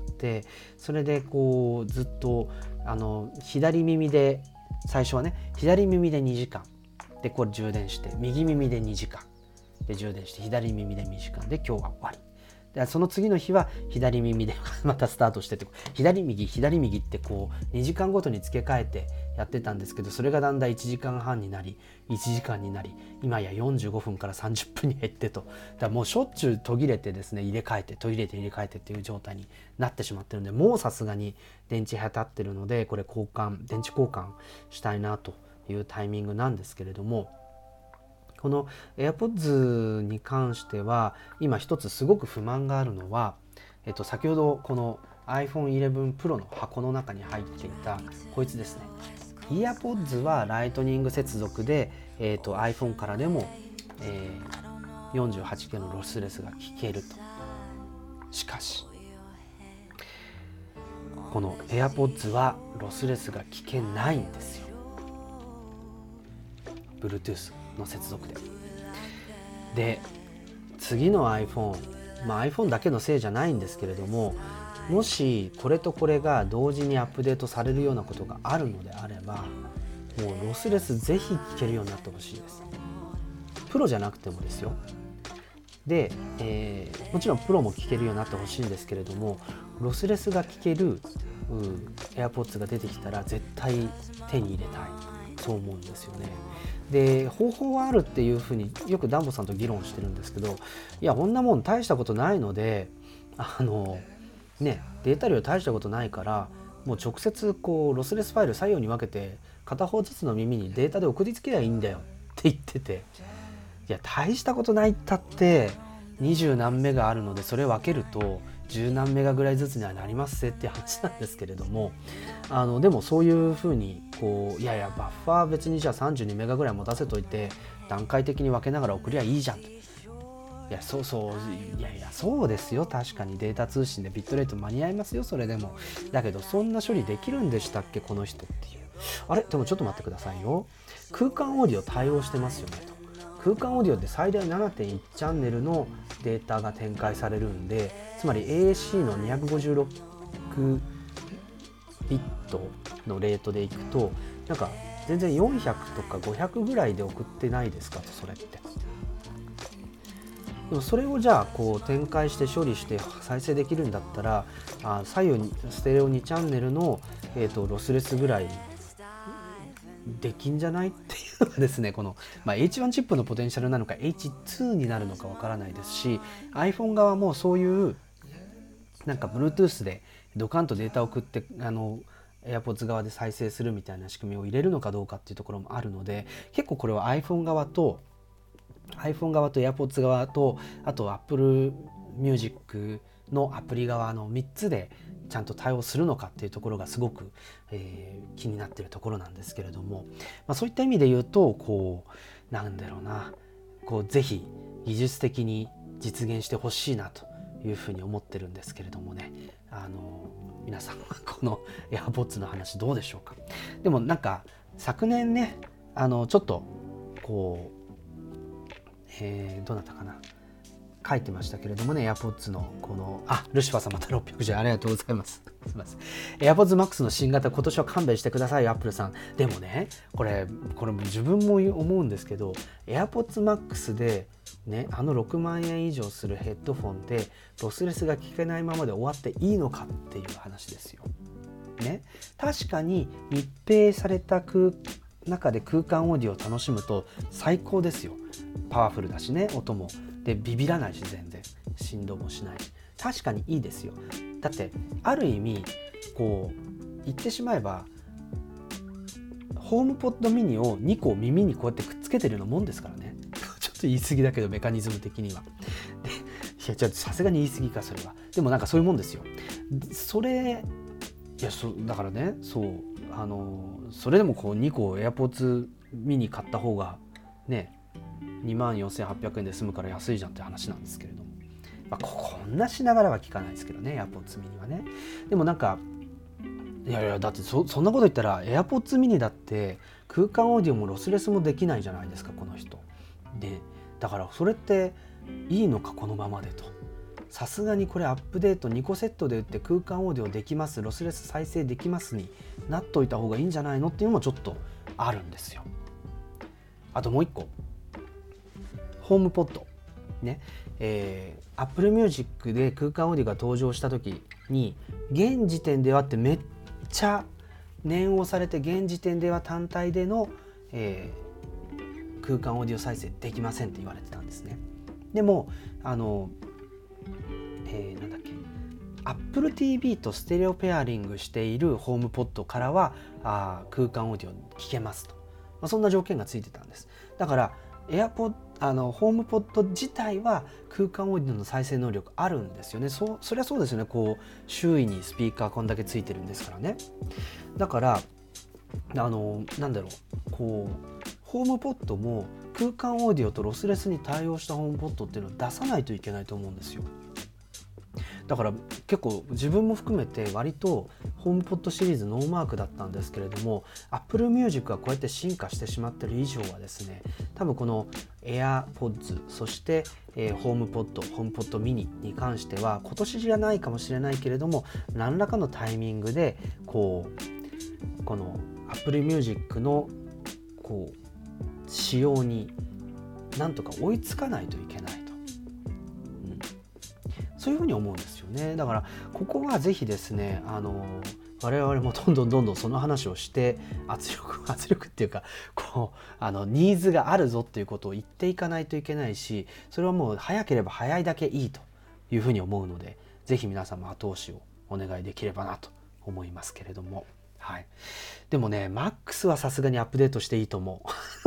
それでこうずっとあの左耳で最初はね、左耳でにじかんでこれ充電して、右耳でにじかんで充電して、左耳でにじかんで今日は終わりで、その次の日は左耳でまたスタートしてって、左右左右ってこうにじかんごとに付け替えてやってたんですけど、それがだんだんいちじかんはんになり、いちじかんになり、今やよんじゅうごふんからさんじゅっぷんに減ってと、だからもうしょっちゅう途切れてですね、入れ替えて途切れて入れ替えてっていう状態になってしまってるので、もうさすがに電池へたってるので、これ交換電池交換したいなというタイミングなんですけれども、この AirPods に関しては今一つすごく不満があるのは、えっと、先ほどこの アイフォンイレブンプロの箱の中に入っていたこいつですね。イヤポッズはライトニング接続で、えっと、iPhone からでも、えー、よんじゅうはちキロのロスレスが聞けると。しかしこの AirPods はロスレスが聞けないんですよ。 Bluetooth の接続で。で次の iPhone、まあ、iPhone だけのせいじゃないんですけれども、もしこれとこれが同時にアップデートされるようなことがあるのであれば、もうロスレスぜひ聞けるようになってほしいです。プロじゃなくてもですよ。で、えー、もちろんプロも聞けるようになってほしいんですけれども、ロスレスが聞ける、うん、AirPods が出てきたら絶対手に入れたい、そう思うんですよね。で方法はあるっていうふうによくダンボさんと議論してるんですけど、いやこんなもん大したことないので、あのねデータ量大したことないから、もう直接こうロスレスファイル左右に分けて片方ずつの耳にデータで送りつけりゃいいんだよって言ってて、いや大したことないったって二十何メガあるので、それ分けるとじゅう何メガぐらいずつにはなりますぜっていう話なんですけれども、あのでもそういうふうにこういやいやバッファー別にじゃあさんじゅうにメガぐらい持たせといて段階的に分けながら送りゃいいじゃん。いやそうそういやいやそうですよ、確かにデータ通信でビットレート間に合いますよ、それでも。だけどそんな処理できるんでしたっけこの人っていう。あれでもちょっと待ってくださいよ、空間オーディオ対応してますよねと。空間オーディオって最大 ななてんいち チャンネルのデータが展開されるんで、つまり エーエーシー のにひゃくごじゅうろくビットのレートでいくとなんか全然よんひゃくとかごひゃくぐらいで送ってないですかと。それってでもそれをじゃあこう展開して処理して再生できるんだったら、あ左右にステレオにチャンネルの、えーとロスレスぐらいできんじゃないっていうのがですね、この、まあ、エイチワン チップのポテンシャルなのか エイチツー になるのかわからないですし、 iPhone 側もそういうなんか Bluetooth でドカンとデータを送ってあの AirPods 側で再生するみたいな仕組みを入れるのかどうかっていうところもあるので、結構これは iPhone 側と iPhone 側と AirPods 側とあと Apple Music のアプリ側のみっつでちゃんと対応するのかっていうところがすごく、えー、気になっているところなんですけれども、まあ、そういった意味で言うとこうなんだろうなこうぜひ技術的に実現してほしいなというふうに思ってるんですけれどもね、あの皆さんはこの AirPods の話どうでしょうか。でもなんか昨年ねあのちょっとこう、えー、どうなったかな書いてましたけれどもね、 AirPods のこのあルシファーさんまたろっぴゃくじゃんありがとうございますすみません。 AirPods Max の新型今年は勘弁してください Apple さん。でもねこれこれ自分も思うんですけど AirPods Max でねあのろくまんえん以上するヘッドフォンでロスレスが聞けないままで終わっていいのかっていう話ですよ。ね、確かに密閉された空中で空間オーディオを楽しむと最高ですよ。パワフルだしね音もでビビらないし全然振動もしないし確かにいいですよ。だってある意味こう言ってしまえばホームポッドミニをにこ耳にこうやってくっつけてるようなもんですからねちょっと言い過ぎだけどメカニズム的には。でいやちょっとさすがに言い過ぎかそれは。でもなんかそういうもんですよ。それいやそだからねそうあのそれでもこうにこ AirPods mini 買った方がねにまんよんせんはっぴゃくえんで済むから安いじゃんって話なんですけれども、まあ、こんなしながらは聞かないですけどね AirPods mini はね。でもなんかいやいやだって そ, そんなこと言ったら AirPods mini だって空間オーディオもロスレスもできないじゃないですかこの人で。だからそれっていいのかこのままでと。さすがにこれアップデートにこセットで売って空間オーディオできますロスレス再生できますになっといた方がいいんじゃないのっていうのもちょっとあるんですよ。あともう一個ホームポッドね、えー、Apple Music で空間オーディオが登場した時に現時点ではってめっちゃ念をされて現時点では単体での、えー、空間オーディオ再生できませんって言われてたんですね。でもあの、えー、なんだっけ Apple ティーブイ とステレオペアリングしているホームポッドからはあ空間オーディオ聞けますと、まあ、そんな条件がついてたんです。だからAirPodあのホームポッド自体は空間オーディオの再生能力あるんですよね。 そ, そりゃそうですよね。こう周囲にスピーカーこんだけついてるんですからね。だからあのなんだろうこうホームポッドも空間オーディオとロスレスに対応したホームポッドっていうのを出さないといけないと思うんですよ。だから結構自分も含めて割とホームポッドシリーズノーマークだったんですけれども Apple Music がこうやって進化してしまってる以上はですね多分この AirPods そして、えー、ホームポッドホームポッドミニに関しては今年じゃないかもしれないけれども何らかのタイミングでこうこの Apple Music のこう仕様になんとか追いつかないといけないと、うん、そういうふうに思うんですよね。だからここはぜひですねあの我々もどんどんどんどんその話をして圧力圧力っていうかこうあのニーズがあるぞっていうことを言っていかないといけないしそれはもう早ければ早いだけいいというふうに思うのでぜひ皆様後押しをお願いできればなと思いますけれども、はい、でもね マックス はさすがにアップデートしていいと思う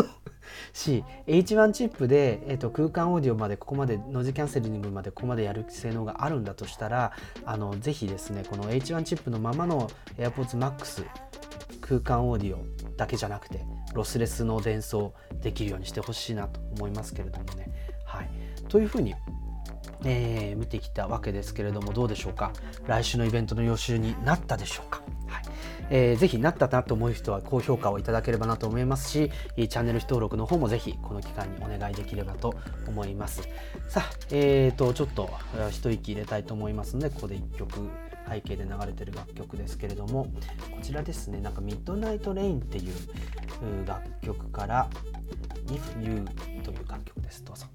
し エイチワン チップで、えー、と空間オーディオまでここまでノイズキャンセリングまでここまでやる性能があるんだとしたら、あのぜひですねこの エイチワン チップのままの AirPods Max 空間オーディオだけじゃなくてロスレスの伝送できるようにしてほしいなと思いますけれどもね。はい、というふうに、えー、見てきたわけですけれども、どうでしょうか。来週のイベントの予習になったでしょうか。はい、えー、ぜひなったなと思う人は高評価をいただければなと思いますし、チャンネル登録の方もぜひこの期間にお願いできればと思います。さあ、えーとちょっと一息入れたいと思いますので、ここでいっきょく背景で流れている楽曲ですけれども、こちらですね、なんかミッドナイトレインっていう楽曲から If You という楽曲です。どうぞ。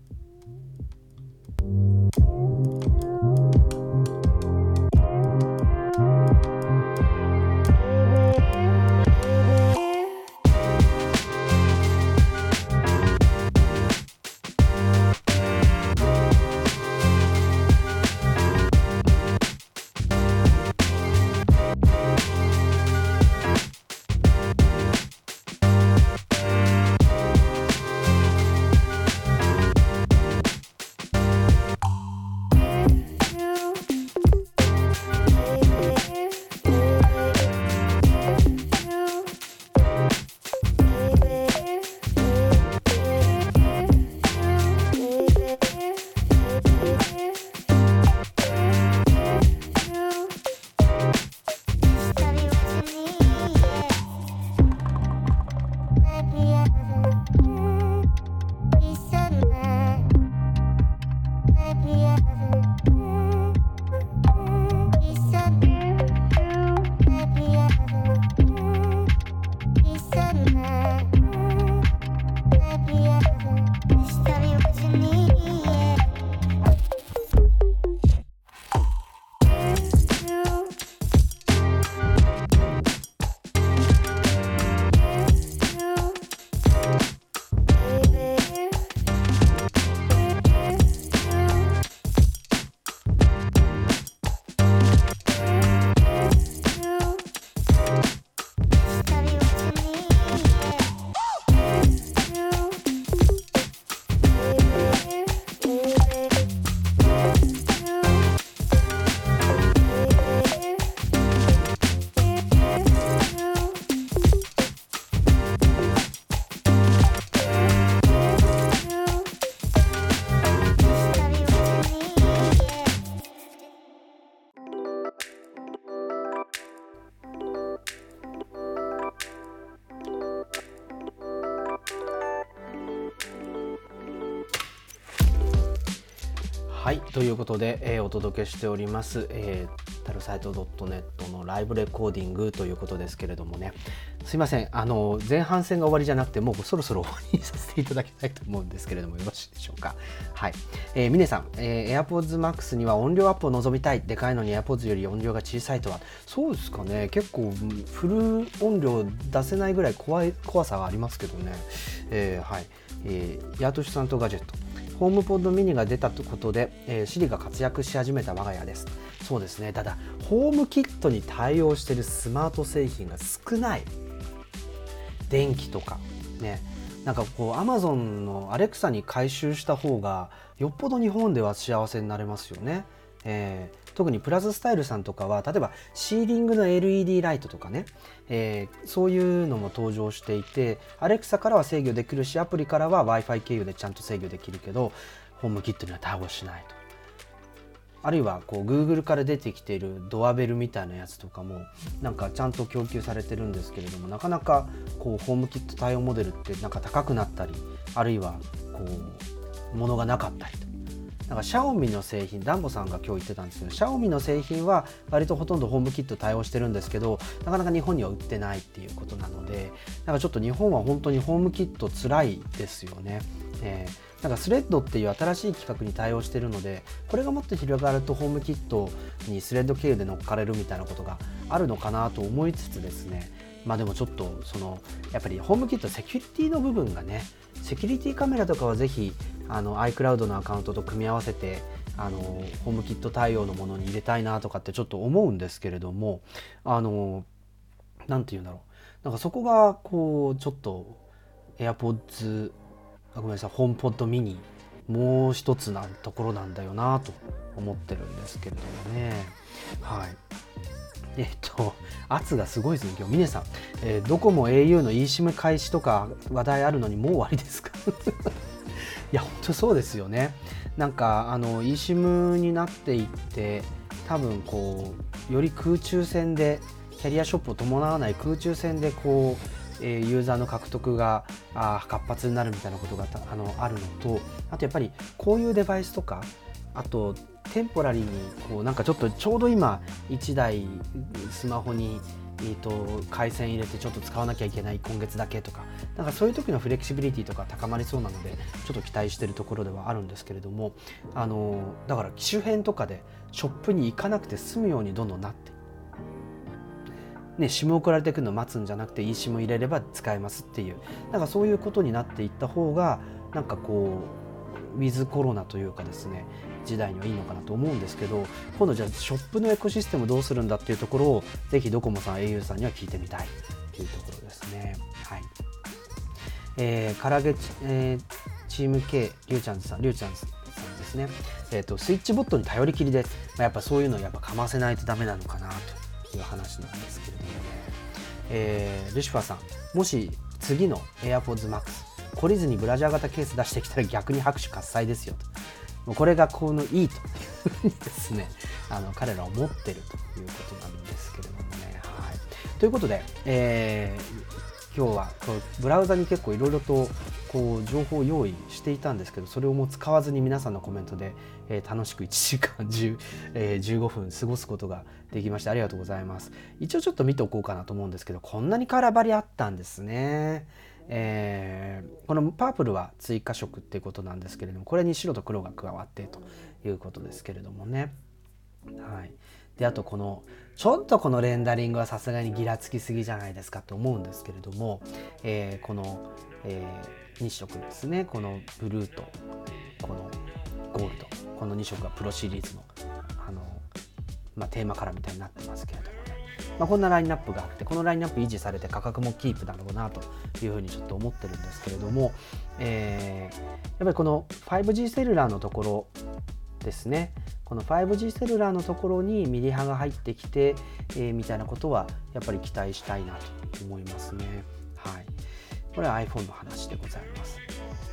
はい、ということで、えー、お届けしております、えー、タルサイト .net のライブレコーディングということですけれどもね、すいません、あの前半戦が終わりじゃなくてもうそろそろ終わりにさせていただきたいと思うんですけれども、よろしいでしょうか。はい、えー、峰さん、えー、AirPods Max には音量アップを望みたい、でかいのに AirPods より音量が小さいとは。そうですかね、結構フル音量出せないぐらい怖い怖さがありますけどね。えー、はい、えー、ヤートシさんとガジェット、ホームポッドミニが出たことで、えー、Siri が活躍し始めた我が家です。そうですね、ただホームキットに対応しているスマート製品が少ない。電気とかね、なんかこう Amazon の Alexa に改修した方がよっぽど日本では幸せになれますよね。えー、特にプラズスタイルさんとかは例えばシーリングの エルイーディー ライトとかね、えー、そういうのも登場していて、 Alexa からは制御できるし、アプリからは Wi-Fi 経由でちゃんと制御できるけど、ホームキットには対応しないと。あるいはこう Google から出てきているドアベルみたいなやつとかもなんかちゃんと供給されてるんですけれども、なかなかこうホームキット対応モデルってなんか高くなったり、あるいはこう物がなかったりと。なんかシャオミの製品、ダンボさんが今日言ってたんですけど、シャオミの製品は割とほとんどホームキット対応してるんですけど、なかなか日本には売ってないっていうことなので、なんかちょっと日本は本当にホームキットつらいですよね。えー、なんかスレッドっていう新しい企画に対応してるので、これがもっと広がるとホームキットにスレッド経由で乗っかれるみたいなことがあるのかなと思いつつですね、まあでもちょっとそのやっぱりホームキットセキュリティの部分がね、セキュリティカメラとかはぜひあの iCloud のアカウントと組み合わせてあのホームキット対応のものに入れたいなとかってちょっと思うんですけれども、あのなんていうんだろう、なんかそこがこうちょっと AirPods あごめんなさい、ホームポッドミニもう一つなところなんだよなと思ってるんですけれどもね。はい。えっと圧がすごいですね今日。峰さん、えー、ドコモ エーユー の eSIM 開始とか話題あるのにもう終わりですかいや本当そうですよね。なんかあの eSIM になっていって多分こうより空中戦でキャリアショップを伴わない空中戦でこう、えー、ユーザーの獲得があ活発になるみたいなことがあのあるのと、あとやっぱりこういうデバイスとか、あとテンポラリーにこうなんかちょっとちょうど今いちだいスマホにえーと回線入れてちょっと使わなきゃいけない今月だけとか、なんかそういう時のフレキシビリティとか高まりそうなのでちょっと期待しているところではあるんですけれども、あのだから機種変とかでショップに行かなくて済むようにどんどんなってね、SIM 送られてくるのを待つんじゃなくて eSIM 入れれば使えますっていう、なんかそういうことになっていった方がなんかこうウィズコロナというかですね時代にはいいのかなと思うんですけど、今度じゃあショップのエコシステムどうするんだっていうところをぜひドコモさん エーユー さんには聞いてみたいというところですね。はい。えー、からげ、えー、チーム K リュウちゃんさんリュウちゃんさんですね。えっとスイッチボットに頼りきりです。まあ、やっぱそういうのをやっぱかませないとダメなのかなという話なんですけれどもね。えー、ルシファーさん、もし次の AirPods Max 懲りずにブラジャー型ケース出してきたら逆に拍手喝采ですよと。もうこれがこのいいというふうにですねあの彼らは思ってるということなんですけれどもね。はい、ということで、えー、今日はこうブラウザに結構いろいろとこう情報を用意していたんですけど、それをもう使わずに皆さんのコメントで、えー、楽しくいちじかんじゅう、えー、じゅうごふん過ごすことができましてありがとうございます。一応ちょっと見ておこうかなと思うんですけど、こんなにカラーバリあったんですね。えー、このパープルは追加色っていうことなんですけれども、これに白と黒が加わってということですけれどもね。はい、であとこのちょっとこのレンダリングはさすがにギラつきすぎじゃないですかと思うんですけれども、えー、この、えー、に色ですね。このブルーとこのゴールド、このに色がプロシリーズの、あの、まあ、テーマカラーみたいになってますけれどもね。まあ、こんなラインナップがあって、このラインナップ維持されて価格もキープだろうなというふうにちょっと思ってるんですけれども、えー、やっぱりこの ファイブジー セルラーのところですね、この ファイブジー セルラーのところにミリ波が入ってきて、えー、みたいなことはやっぱり期待したいなと思いますね。はい、これは iPhone の話でございます。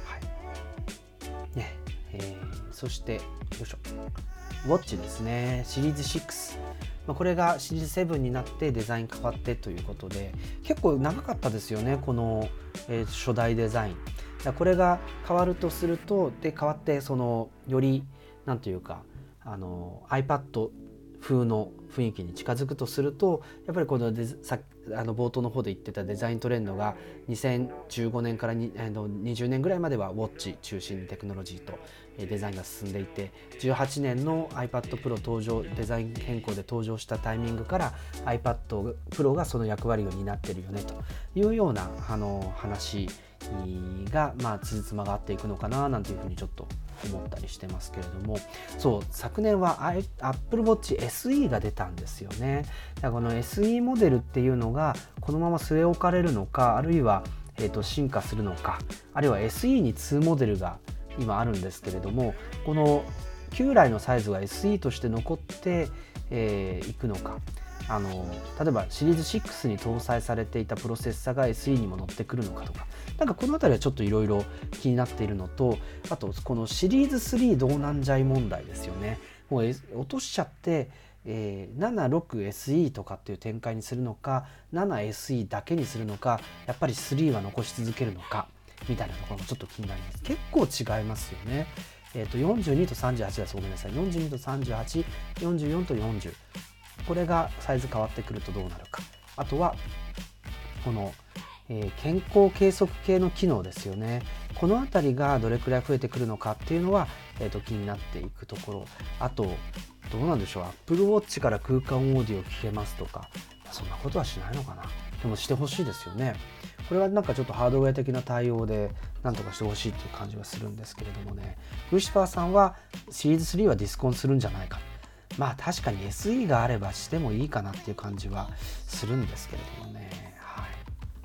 はいねえー、そしてよいしょウォッチですね、シリーズシックス、まあ、これがシリーズセブンになってデザイン変わってということで結構長かったですよね、この、えー、初代デザイン。だこれが変わるとするとで変わってそのよりなんというかあの iPad 風の雰囲気に近づくとすると、やっぱりこのデさあの冒頭の方で言ってたデザイントレンドがにせんじゅうごねんからにあのにじゅうねんぐらいまではウォッチ中心にテクノロジーとデザインが進んでいて、じゅうはちねんの iPad Pro 登場デザイン変更で登場したタイミングから iPad Pro がその役割を担ってるよねというようなあの話がまあつじつまが合っていくのかななんていうふうにちょっと思ったりしてますけれども、そう昨年は Apple Watch エスイー が出たんですよね。だからこの エスイー モデルっていうのがこのまま据え置かれるのか、あるいは、えー、と進化するのか、あるいは エスイー ににモデルが今あるんですけれども、この旧来のサイズが エスイー として残ってい、えー、くのか、あの例えばシリーズシックスに搭載されていたプロセッサが エスイー にも乗ってくるのかとか、なんかこの辺りはちょっといろいろ気になっているのと、あとこのシリーズスリーどうなんじゃい問題ですよね。もう落としちゃって、えー、ななじゅうろくエスイー とかっていう展開にするのか ななエスイー だけにするのか、やっぱりスリーは残し続けるのかみたいなところもちょっと気になります。結構違いますよね。えー、とよんじゅうにとさんじゅうはちだそう、ごめんなさい、よんじゅうにとさんじゅうはち、よんじゅうよんとよんじゅう、これがサイズ変わってくるとどうなるか。あとはこの、えー、健康計測系の機能ですよね。このあたりがどれくらい増えてくるのかっていうのは、えー、と気になっていくところ。あとどうなんでしょう、 Apple Watch から空間オーディオ聞けますとか、そんなことはしないのかな。でもしてほしいですよね。これはなんかちょっとハードウェア的な対応でなんとかしてほしいっていう感じはするんですけれどもね。ルシファーさんはシリーズスリーはディスコンするんじゃないか。まあ確かに エスイー があればしてもいいかなっていう感じはするんですけれどもね。はい、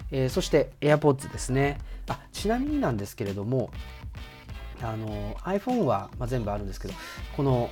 えー、そして AirPods ですね。あ、ちなみになんですけれども、あの iPhone は、まあ、全部あるんですけど、この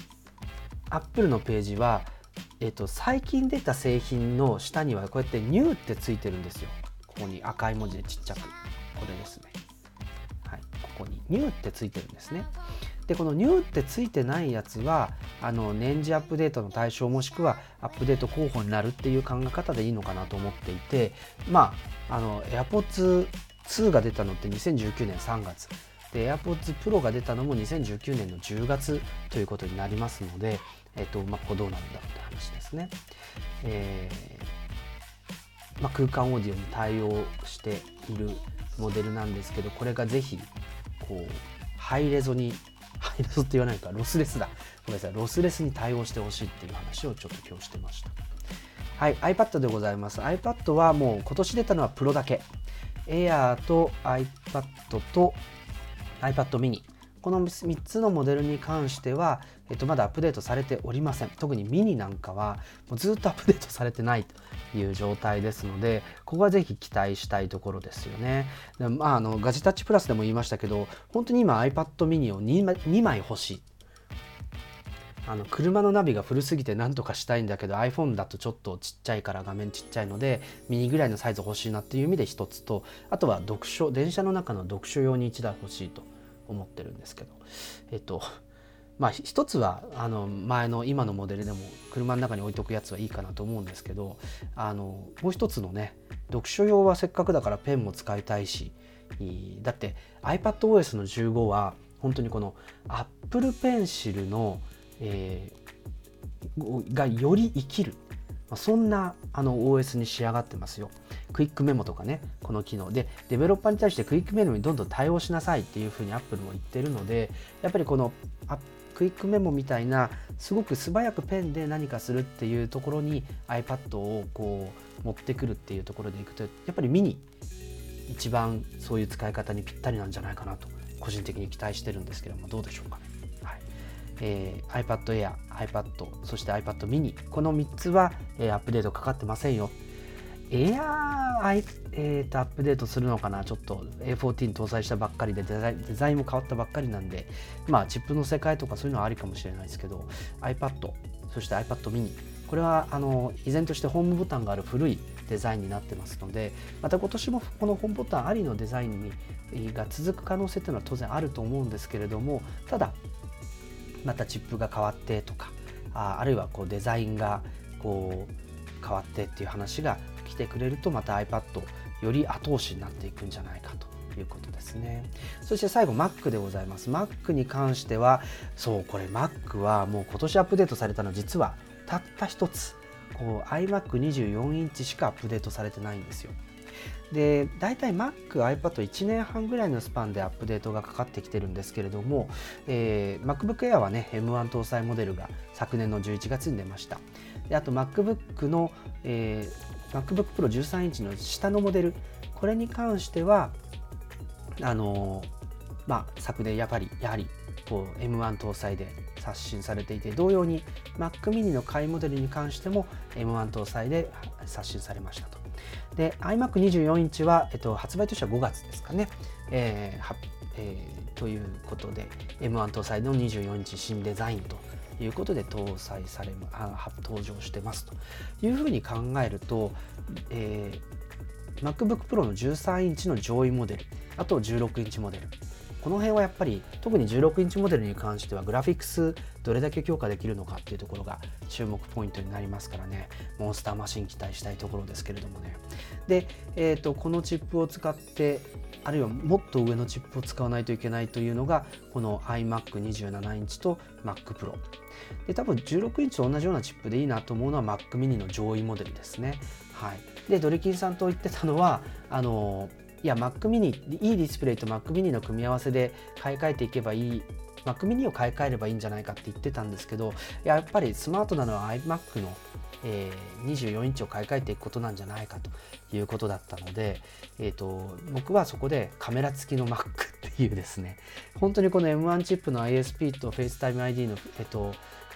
Apple のページは、えーと、最近出た製品の下にはこうやってニューってついてるんですよ。ここに赤い文字でちっちゃく、これですね。はい、ここにニューってついてるんですね。でこのニューってついてないやつはあの年次アップデートの対象もしくはアップデート候補になるっていう考え方でいいのかなと思っていて、まああの AirPods ツーが出たのってにせんじゅうきゅうねんさんがつで AirPods Pro が出たのもにせんじゅうきゅうねんのじゅうがつということになりますので、えっとまあ、ここどうなるんだろうって話ですね。えーまあ、空間オーディオに対応しているモデルなんですけど、これがぜひこうハイレゾにハイレゾって言わないか、ロスレスだ。ごめんなさい、ロスレスに対応してほしいっていう話をちょっと今日してました。はい、iPad でございます。iPad はもう今年出たのはプロだけ。Air と iPad と iPad mini。このみっつのモデルに関しては、えっと、まだアップデートされておりません。特にミニなんかはもうずっとアップデートされてないという状態ですので、ここはぜひ期待したいところですよね。で、まあ、あのガジェタッチプラスでも言いましたけど、本当に今 iPad mini を 2, にまい欲しい。あの車のナビが古すぎて何とかしたいんだけど iPhone だとちょっとちっちゃいから画面ちっちゃいのでミニぐらいのサイズ欲しいなっていう意味で一つと、あとは読書電車の中の読書用にいちだい欲しいと思ってるんですけど、えっとまあ一つはあの前の今のモデルでも車の中に置いとくやつはいいかなと思うんですけど、あのもう一つのね、読書用はせっかくだからペンも使いたいし、だって iPadOS のじゅうごは本当にこの Apple Pencil の、えー、がより生きる、そんなあの オーエス に仕上がってますよ。クイックメモとかね、この機能でデベロッパーに対してクイックメモにどんどん対応しなさいっていうふうに Apple も言ってるので、やっぱりこのクイックメモみたいなすごく素早くペンで何かするっていうところに iPad をこう持ってくるっていうところでいくと、やっぱりミニ一番そういう使い方にぴったりなんじゃないかなと個人的に期待してるんですけども、どうでしょうかね。はい、えー、iPad Air、iPad、そして iPad mini、このみっつは、えー、アップデートかかってませんよ。Air、えー、とアップデートするのかな、ちょっと エーよんじゅう 搭載したばっかりでデザイン、デザインも変わったばっかりなんで、まあチップの世界とかそういうのはありかもしれないですけど、 iPad、そして iPad mini、これはあの依然としてホームボタンがある古いデザインになってますので、また今年もこのホームボタンありのデザインにが続く可能性というのは当然あると思うんですけれども、ただまたチップが変わってとか、あ, あるいはこうデザインがこう変わってっていう話が来てくれると、また iPad より後押しになっていくんじゃないかということですね。そして最後 Mac でございます。 Mac に関しては、そうこれ Mac はもう今年アップデートされたの実はたった一つ、こう アイマックにじゅうよん インチしかアップデートされてないんですよ。でだいたい Mac、iPad いちねんはんぐらいのスパンでアップデートがかかってきてるんですけれども、えー、MacBook Air はね エムワン 搭載モデルが昨年のじゅういちがつに出ました。であと MacBook の、えー、MacBook Pro じゅうさんインチの下のモデル、これに関してはあのー、まあ昨年やはりやはりこう エムワン 搭載で刷新されていて、同様に Mac mini の下位モデルに関しても エムワン 搭載で刷新されましたと。で アイマックにじゅうよん インチは、えっと、発売としてはごがつですかね、えーえー、ということで エムワン 搭載のにじゅうよんインチ新デザインということで搭載されあ登場してますというふうに考えると、えー、MacBook Pro のじゅうさんインチの上位モデル、あとじゅうろくインチモデル、この辺はやっぱり特にじゅうろくインチモデルに関してはグラフィックスどれだけ強化できるのかっていうところが注目ポイントになりますからね、モンスターマシン期待したいところですけれどもね。で、えーと、このチップを使ってあるいはもっと上のチップを使わないといけないというのがこの アイマックにじゅうななインチと Mac Pro で、多分じゅうろくインチと同じようなチップでいいなと思うのは Mac mini の上位モデルですね。はい、でドリキンさんと言ってたのはあのいや Mac mini いいディスプレイと Mac mini の組み合わせで買い替えていけばいい、 Mac mini を買い替えればいいんじゃないかって言ってたんですけど、やっぱりスマートなのは iMac の、えー、にじゅうよんインチを買い替えていくことなんじゃないかということだったので、えーと、僕はそこでカメラ付きの Mac っていうですね、本当にこの エムワン チップの アイエスピー と FaceTime アイディー の、えーと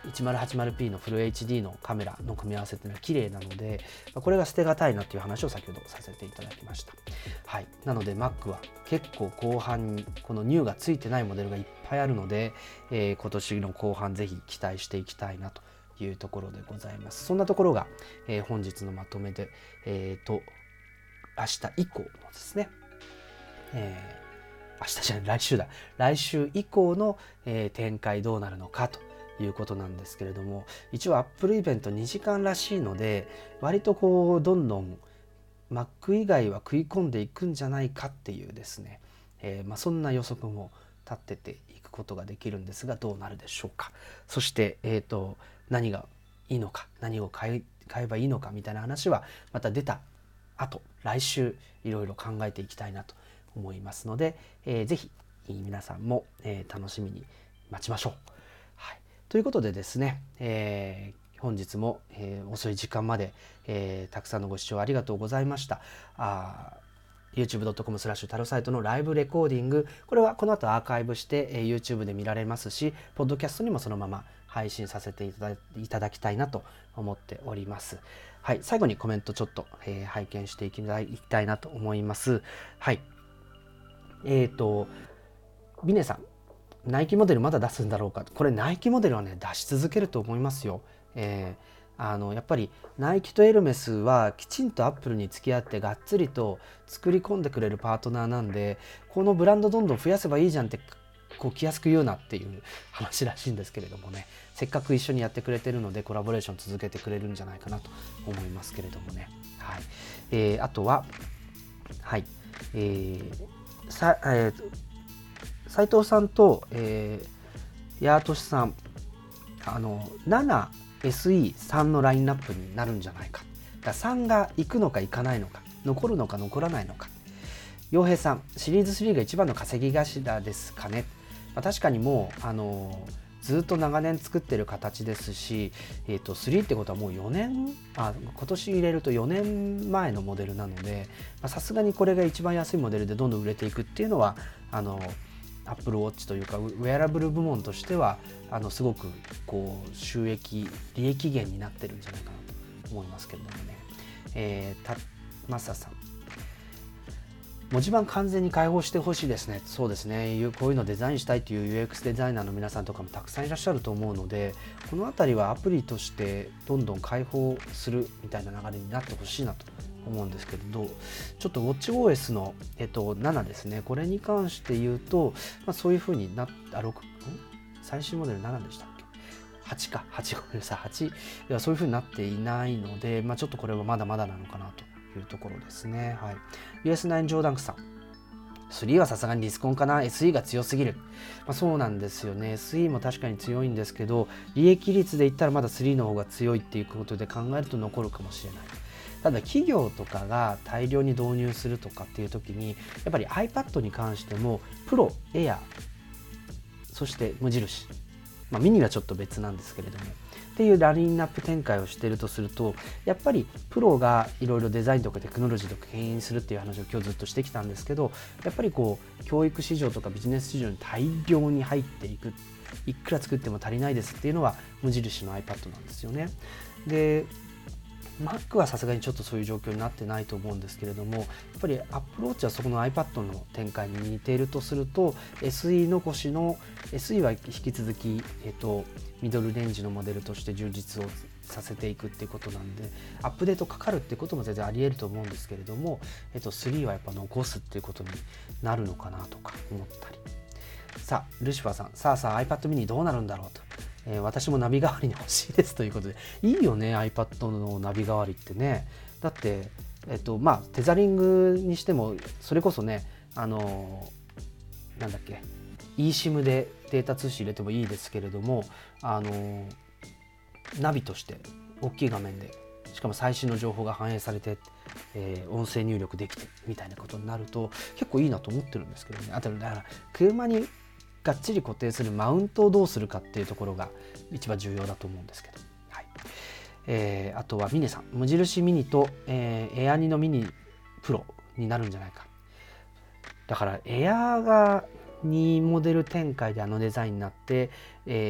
いちまるはちまるピー のフル エイチディー のカメラの組み合わせっていうのは綺麗なので、これが捨てがたいなっていう話を先ほどさせていただきました。はい、なので Mac は結構後半にこのニューがついてないモデルがいっぱいあるので、えー、今年の後半ぜひ期待していきたいなというところでございます。そんなところが、えー、本日のまとめで、えー、と明日以降のですね、えー明日じゃない来週だ来週以降の、えー、展開どうなるのかということなんですけれども、一応アップルイベントにじかんらしいので、割とこうどんどん Mac 以外は食い込んでいくんじゃないかっていうですね、えーまあ、そんな予測も立てていくことができるんですが、どうなるでしょうか。そして、えーと、何がいいのか、何を買い買えばいいのかみたいな話はまた出た後、来週いろいろ考えていきたいなと思いますので、えー、ぜひ皆さんも、えー、楽しみに待ちましょう。はい、ということでですね、えー、本日も、えー、遅い時間まで、えー、たくさんのご視聴ありがとうございました。あ ユーチューブドットコム スラッシュタロサイトのライブレコーディング、これはこの後アーカイブして、えー、YouTube で見られますし、ポッドキャストにもそのまま配信させていただいただきたいなと思っております。はい、最後にコメントちょっと、えー、拝見していきたいなと思います。はい。えっと、ビネさん、ナイキモデルまだ出すんだろうか。これナイキモデルはね、出し続けると思いますよ。えー、あのやっぱりナイキとエルメスはきちんとアップルに付き合ってがっつりと作り込んでくれるパートナーなんで、このブランドどんどん増やせばいいじゃんってこう気安く言うなっていう話らしいんですけれどもね、せっかく一緒にやってくれてるのでコラボレーション続けてくれるんじゃないかなと思いますけれどもね。はい。えー、あとは、はい。えー、さ、えー斉藤さんと、えー、ヤートシさん、あの ななエスイーさん のラインナップになるんじゃないか。だからさんが行くのか行かないのか、残るのか残らないのか。洋平さん、シリーズスリーが一番の稼ぎ頭ですかね。まあ、確かにもうあのずっと長年作ってる形ですし、えー、とスリーってことはもうよねん、あ今年入れるとよねんまえのモデルなので、さすがにこれが一番安いモデルでどんどん売れていくっていうのはあのアップルウォッチというかウェアラブル部門としてはあのすごくこう収益利益源になってるんじゃないかなと思いますけれどもね。えー、たマサさん、文字盤完全に開放してほしいですね。そうですね、こういうのデザインしたいという ユーエックス デザイナーの皆さんとかもたくさんいらっしゃると思うので、この辺りはアプリとしてどんどん開放するみたいな流れになってほしいなと思うんですけれど、ちょっと WatchOS の、えっと、ななですね、これに関して言うと、まあ、そういうふうになったろく最新モデルななでしたっけ、はちかはちごめんなさいはちではそういうふうになっていないので、まあ、ちょっとこれはまだまだなのかなというところですね。はい、ユーエスナイン ジョーダンクさん、スリーはさすがにディスコンかな、 エスイー が強すぎる。まあ、そうなんですよね。 エスイー も確かに強いんですけど、利益率で言ったらまだスリーの方が強いっていうことで考えると残るかもしれない。ただ企業とかが大量に導入するとかっていう時に、やっぱり iPad に関してもプロ、エア、そして無印、まあ、ミニはちょっと別なんですけれどもっていうラインナップ展開をしているとすると、やっぱりプロがいろいろデザインとかテクノロジーとか牽引するっていう話を今日ずっとしてきたんですけど、やっぱりこう教育市場とかビジネス市場に大量に入っていく、いくら作っても足りないですっていうのは無印の iPad なんですよね。でMac はさすがにちょっとそういう状況になってないと思うんですけれども、やっぱり Apple Watch はそこの iPad の展開に似ているとすると、 エスイー 残しの エスイー は引き続き、えっと、ミドルレンジのモデルとして充実をさせていくっていうことなんで、アップデートかかるっていうことも全然ありえると思うんですけれども、えっと、スリーはやっぱ残すっていうことになるのかなとか思ったり。さあルシファーさん、さあさあ iPad mini どうなるんだろうと、えー、私もナビ代わりに欲しいですということで、いいよね iPad のナビ代わりってね。だって、えっとまあ、テザリングにしてもそれこそね、あのー、なんだっけ eSIM でデータ通信入れてもいいですけれども、あのー、ナビとして大きい画面で、しかも最新の情報が反映されて、えー、音声入力できてみたいなことになると結構いいなと思ってるんですけどね。あとだから車にがっちり固定するマウントをどうするかっていうところが一番重要だと思うんですけど、はい。えー、あとはミネさん、無印ミニと、えー、エアにのミニプロになるんじゃないか。だからエアがにモデル展開であのデザインになって、え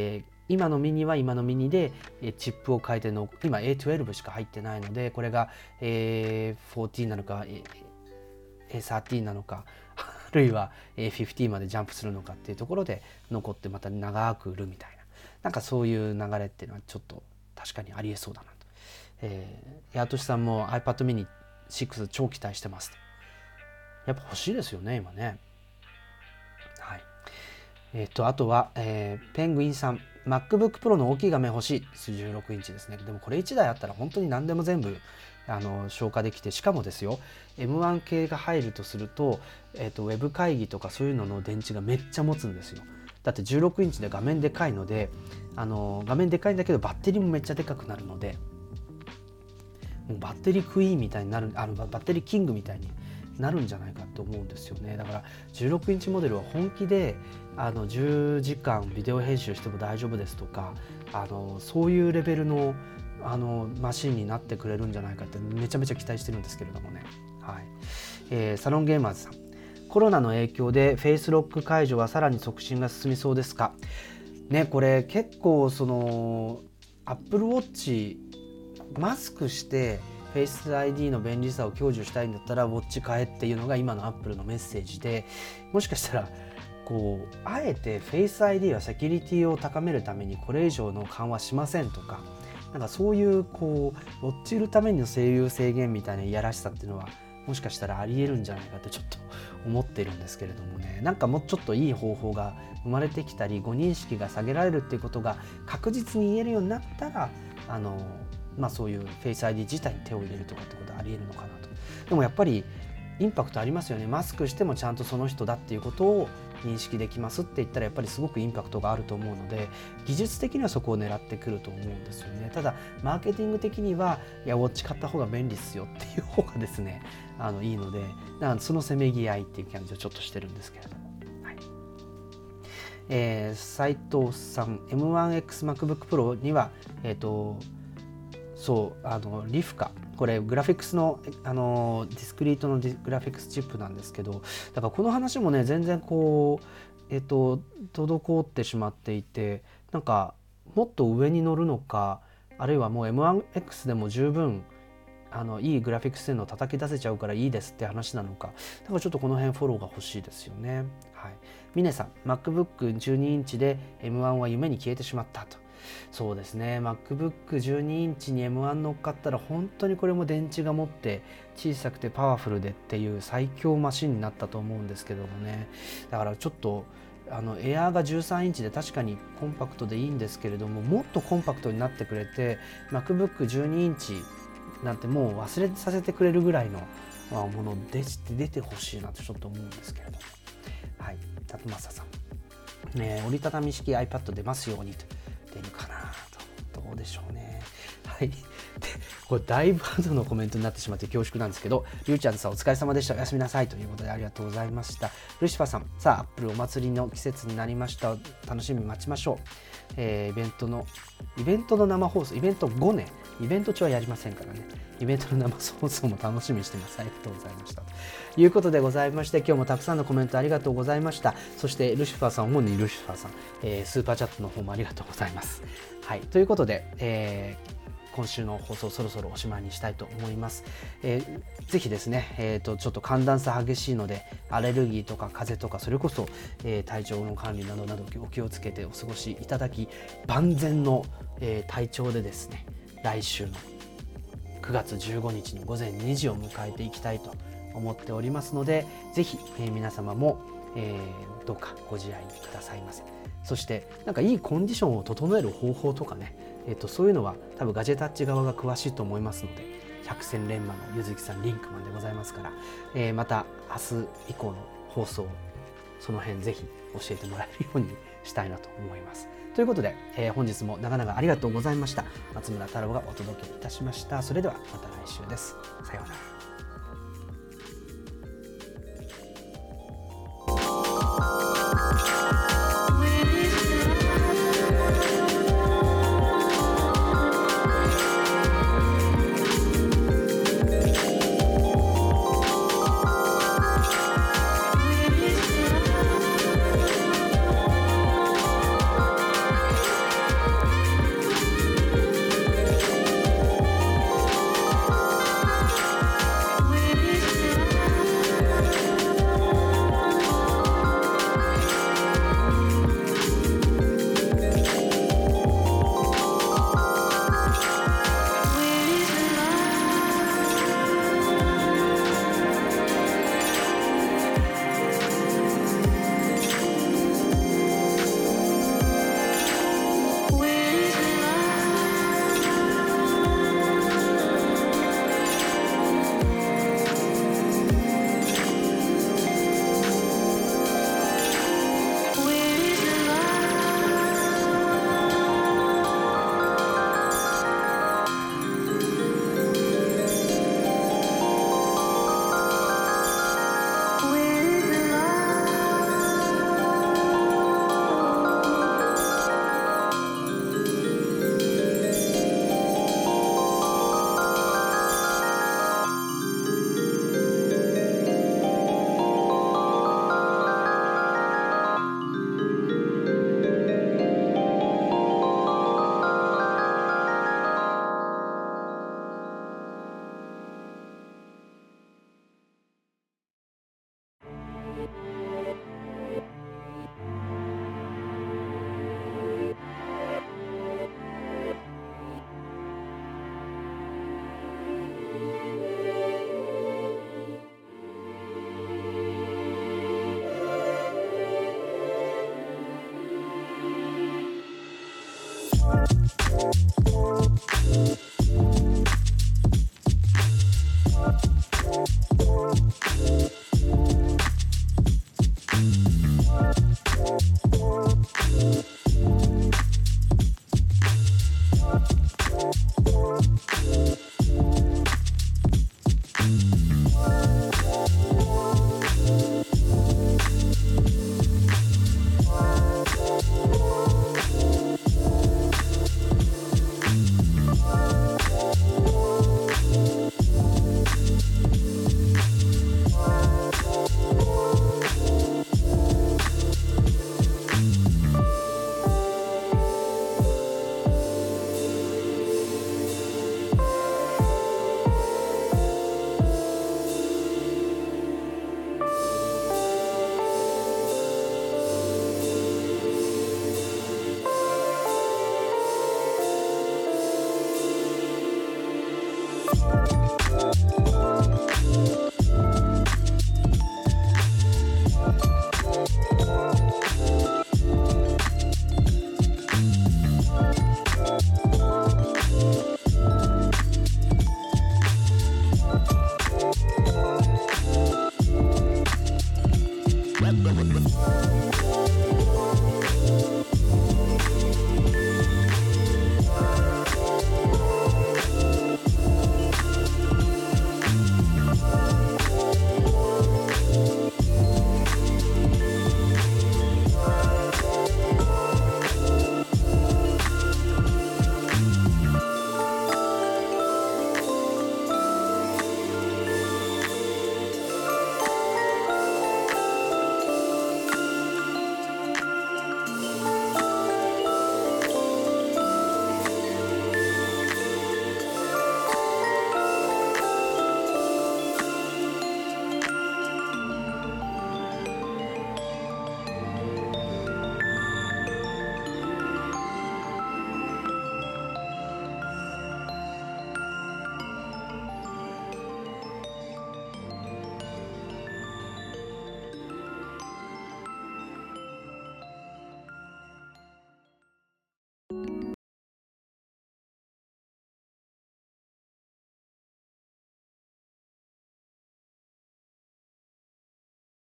今のミニは今のミニでチップを変えての今 エーじゅうに しか入ってないので、これが エーじゅうよん なのか エーじゅうさんなのかあるいは エーじゅうご までジャンプするのかっていうところで残ってまた長く売るみたいな、なんかそういう流れっていうのはちょっと確かにありえそうだなと。えー、八俊さんも iPad mini シックス超期待してます。やっぱ欲しいですよね今ね。はい。えっ、ー、とあとは、えー、ペングインさん MacBook Pro の大きい画面欲しい。じゅうろくインチですね。でもこれいちだいあったら本当に何でも全部あの消化できて、しかもですよ エムワン 系が入るとすると、えー、とウェブ会議とかそういうのの電池がめっちゃ持つんですよ。だってじゅうろくインチで画面でかいので、あの画面でかいんだけどバッテリーもめっちゃでかくなるので、もうバッテリークイーンみたいになる、あのバッテリーキングみたいになるんじゃないかと思うんですよね。だからじゅうろくインチモデルは本気であのじゅうじかんビデオ編集しても大丈夫ですとか、あのそういうレベルのあのマシンになってくれるんじゃないかってめちゃめちゃ期待してるんですけれどもね。はい。えー、サロンゲーマーズさん、コロナの影響でフェイスロック解除はさらに促進が進みそうですかね。これ結構その Apple Watch マスクしてフェイス アイディー の便利さを享受したいんだったらウォッチ買えっていうのが今の Apple のメッセージで、もしかしたらこうあえてフェイス アイディー はセキュリティを高めるためにこれ以上の緩和しませんとか、なんかそういうこうウォッチ売るための声優制限みたいないやらしさっていうのはもしかしたらありえるんじゃないかってちょっと思ってるんですけれどもね。なんかもうちょっといい方法が生まれてきたり誤認識が下げられるっていうことが確実に言えるようになったら、あのまあそういうフェイス アイディー 自体に手を入れるとかってことはありえるのかなと。でもやっぱりインパクトありますよね。マスクしてもちゃんとその人だっていうことを認識できますって言ったらやっぱりすごくインパクトがあると思うので、技術的にはそこを狙ってくると思うんですよね。ただマーケティング的にはいやウォッチ買った方が便利っすよっていう方がですねあのいいので、だからそのせめぎ合いっていう感じをちょっとしてるんですけれども、はい。えー、斉藤さん エムワンエックスマックブックプロ にはえっ、ー、とそうあのリフカ、これグラフィックスの、あのディスクリートのディグラフィックスチップなんですけど、だからこの話もね全然こう、えっと、滞ってしまっていて、なんかもっと上に乗るのか、あるいはもう エムワンエックス でも十分あのいいグラフィックス性能を叩き出せちゃうからいいですって話なのか、だからちょっとこの辺フォローが欲しいですよね。はい。ミネさん MacBook じゅうにインチで エムワン は夢に消えてしまったと。そうですね、 MacBook じゅうにインチに エムワン 乗っかったら本当にこれも電池が持って小さくてパワフルでっていう最強マシンになったと思うんですけどもね。だからちょっとあのエアーがじゅうさんインチで確かにコンパクトでいいんですけれども、もっとコンパクトになってくれて MacBook じゅうにインチなんてもう忘れさせてくれるぐらいのもので出てほしいなとちょっと思うんですけれども、はい。タトマサさん、ね、折りたたみ式 iPad 出ますようにと。出るかなと。どうでしょうね。はい。でこれだいぶ後のコメントになってしまって恐縮なんですけど、りゅうちゃんさんお疲れ様でした、おやすみなさいということでありがとうございました。ルシファーさん、さあアップルお祭りの季節になりました、楽しみ待ちましょう。えー、イベントのイベントの生放送、イベントごねん、イベント中はやりませんからね。イベントの生放送も楽しみにしてます。ありがとうございましたということでございまして、今日もたくさんのコメントありがとうございました。そしてルシファーさん、主にルシファーさん、えー、スーパーチャットの方もありがとうございます。はい、ということで、えー今週の放送そろそろおしまいにしたいと思います。えー、ぜひですね、えーと、ちょっと寒暖差激しいのでアレルギーとか風邪とかそれこそ、えー、体調の管理などなどお気をつけてお過ごしいただき、万全の、えー、体調でですね来週のくがつじゅうごにちのごぜんにじを迎えていきたいと思っておりますので、ぜひ、えー、皆様も、えー、どうかご自愛くださいませ。そしてなんかいいコンディションを整える方法とかね、えー、とそういうのは多分ガジェタッチ側が詳しいと思いますので、百戦錬磨のゆずきさんリンクマンでございますから、えー、また明日以降の放送その辺ぜひ教えてもらえるようにしたいなと思います。ということで、えー、本日も長々ありがとうございました。松村太郎がお届けいたしました。それではまた来週です。さようなら。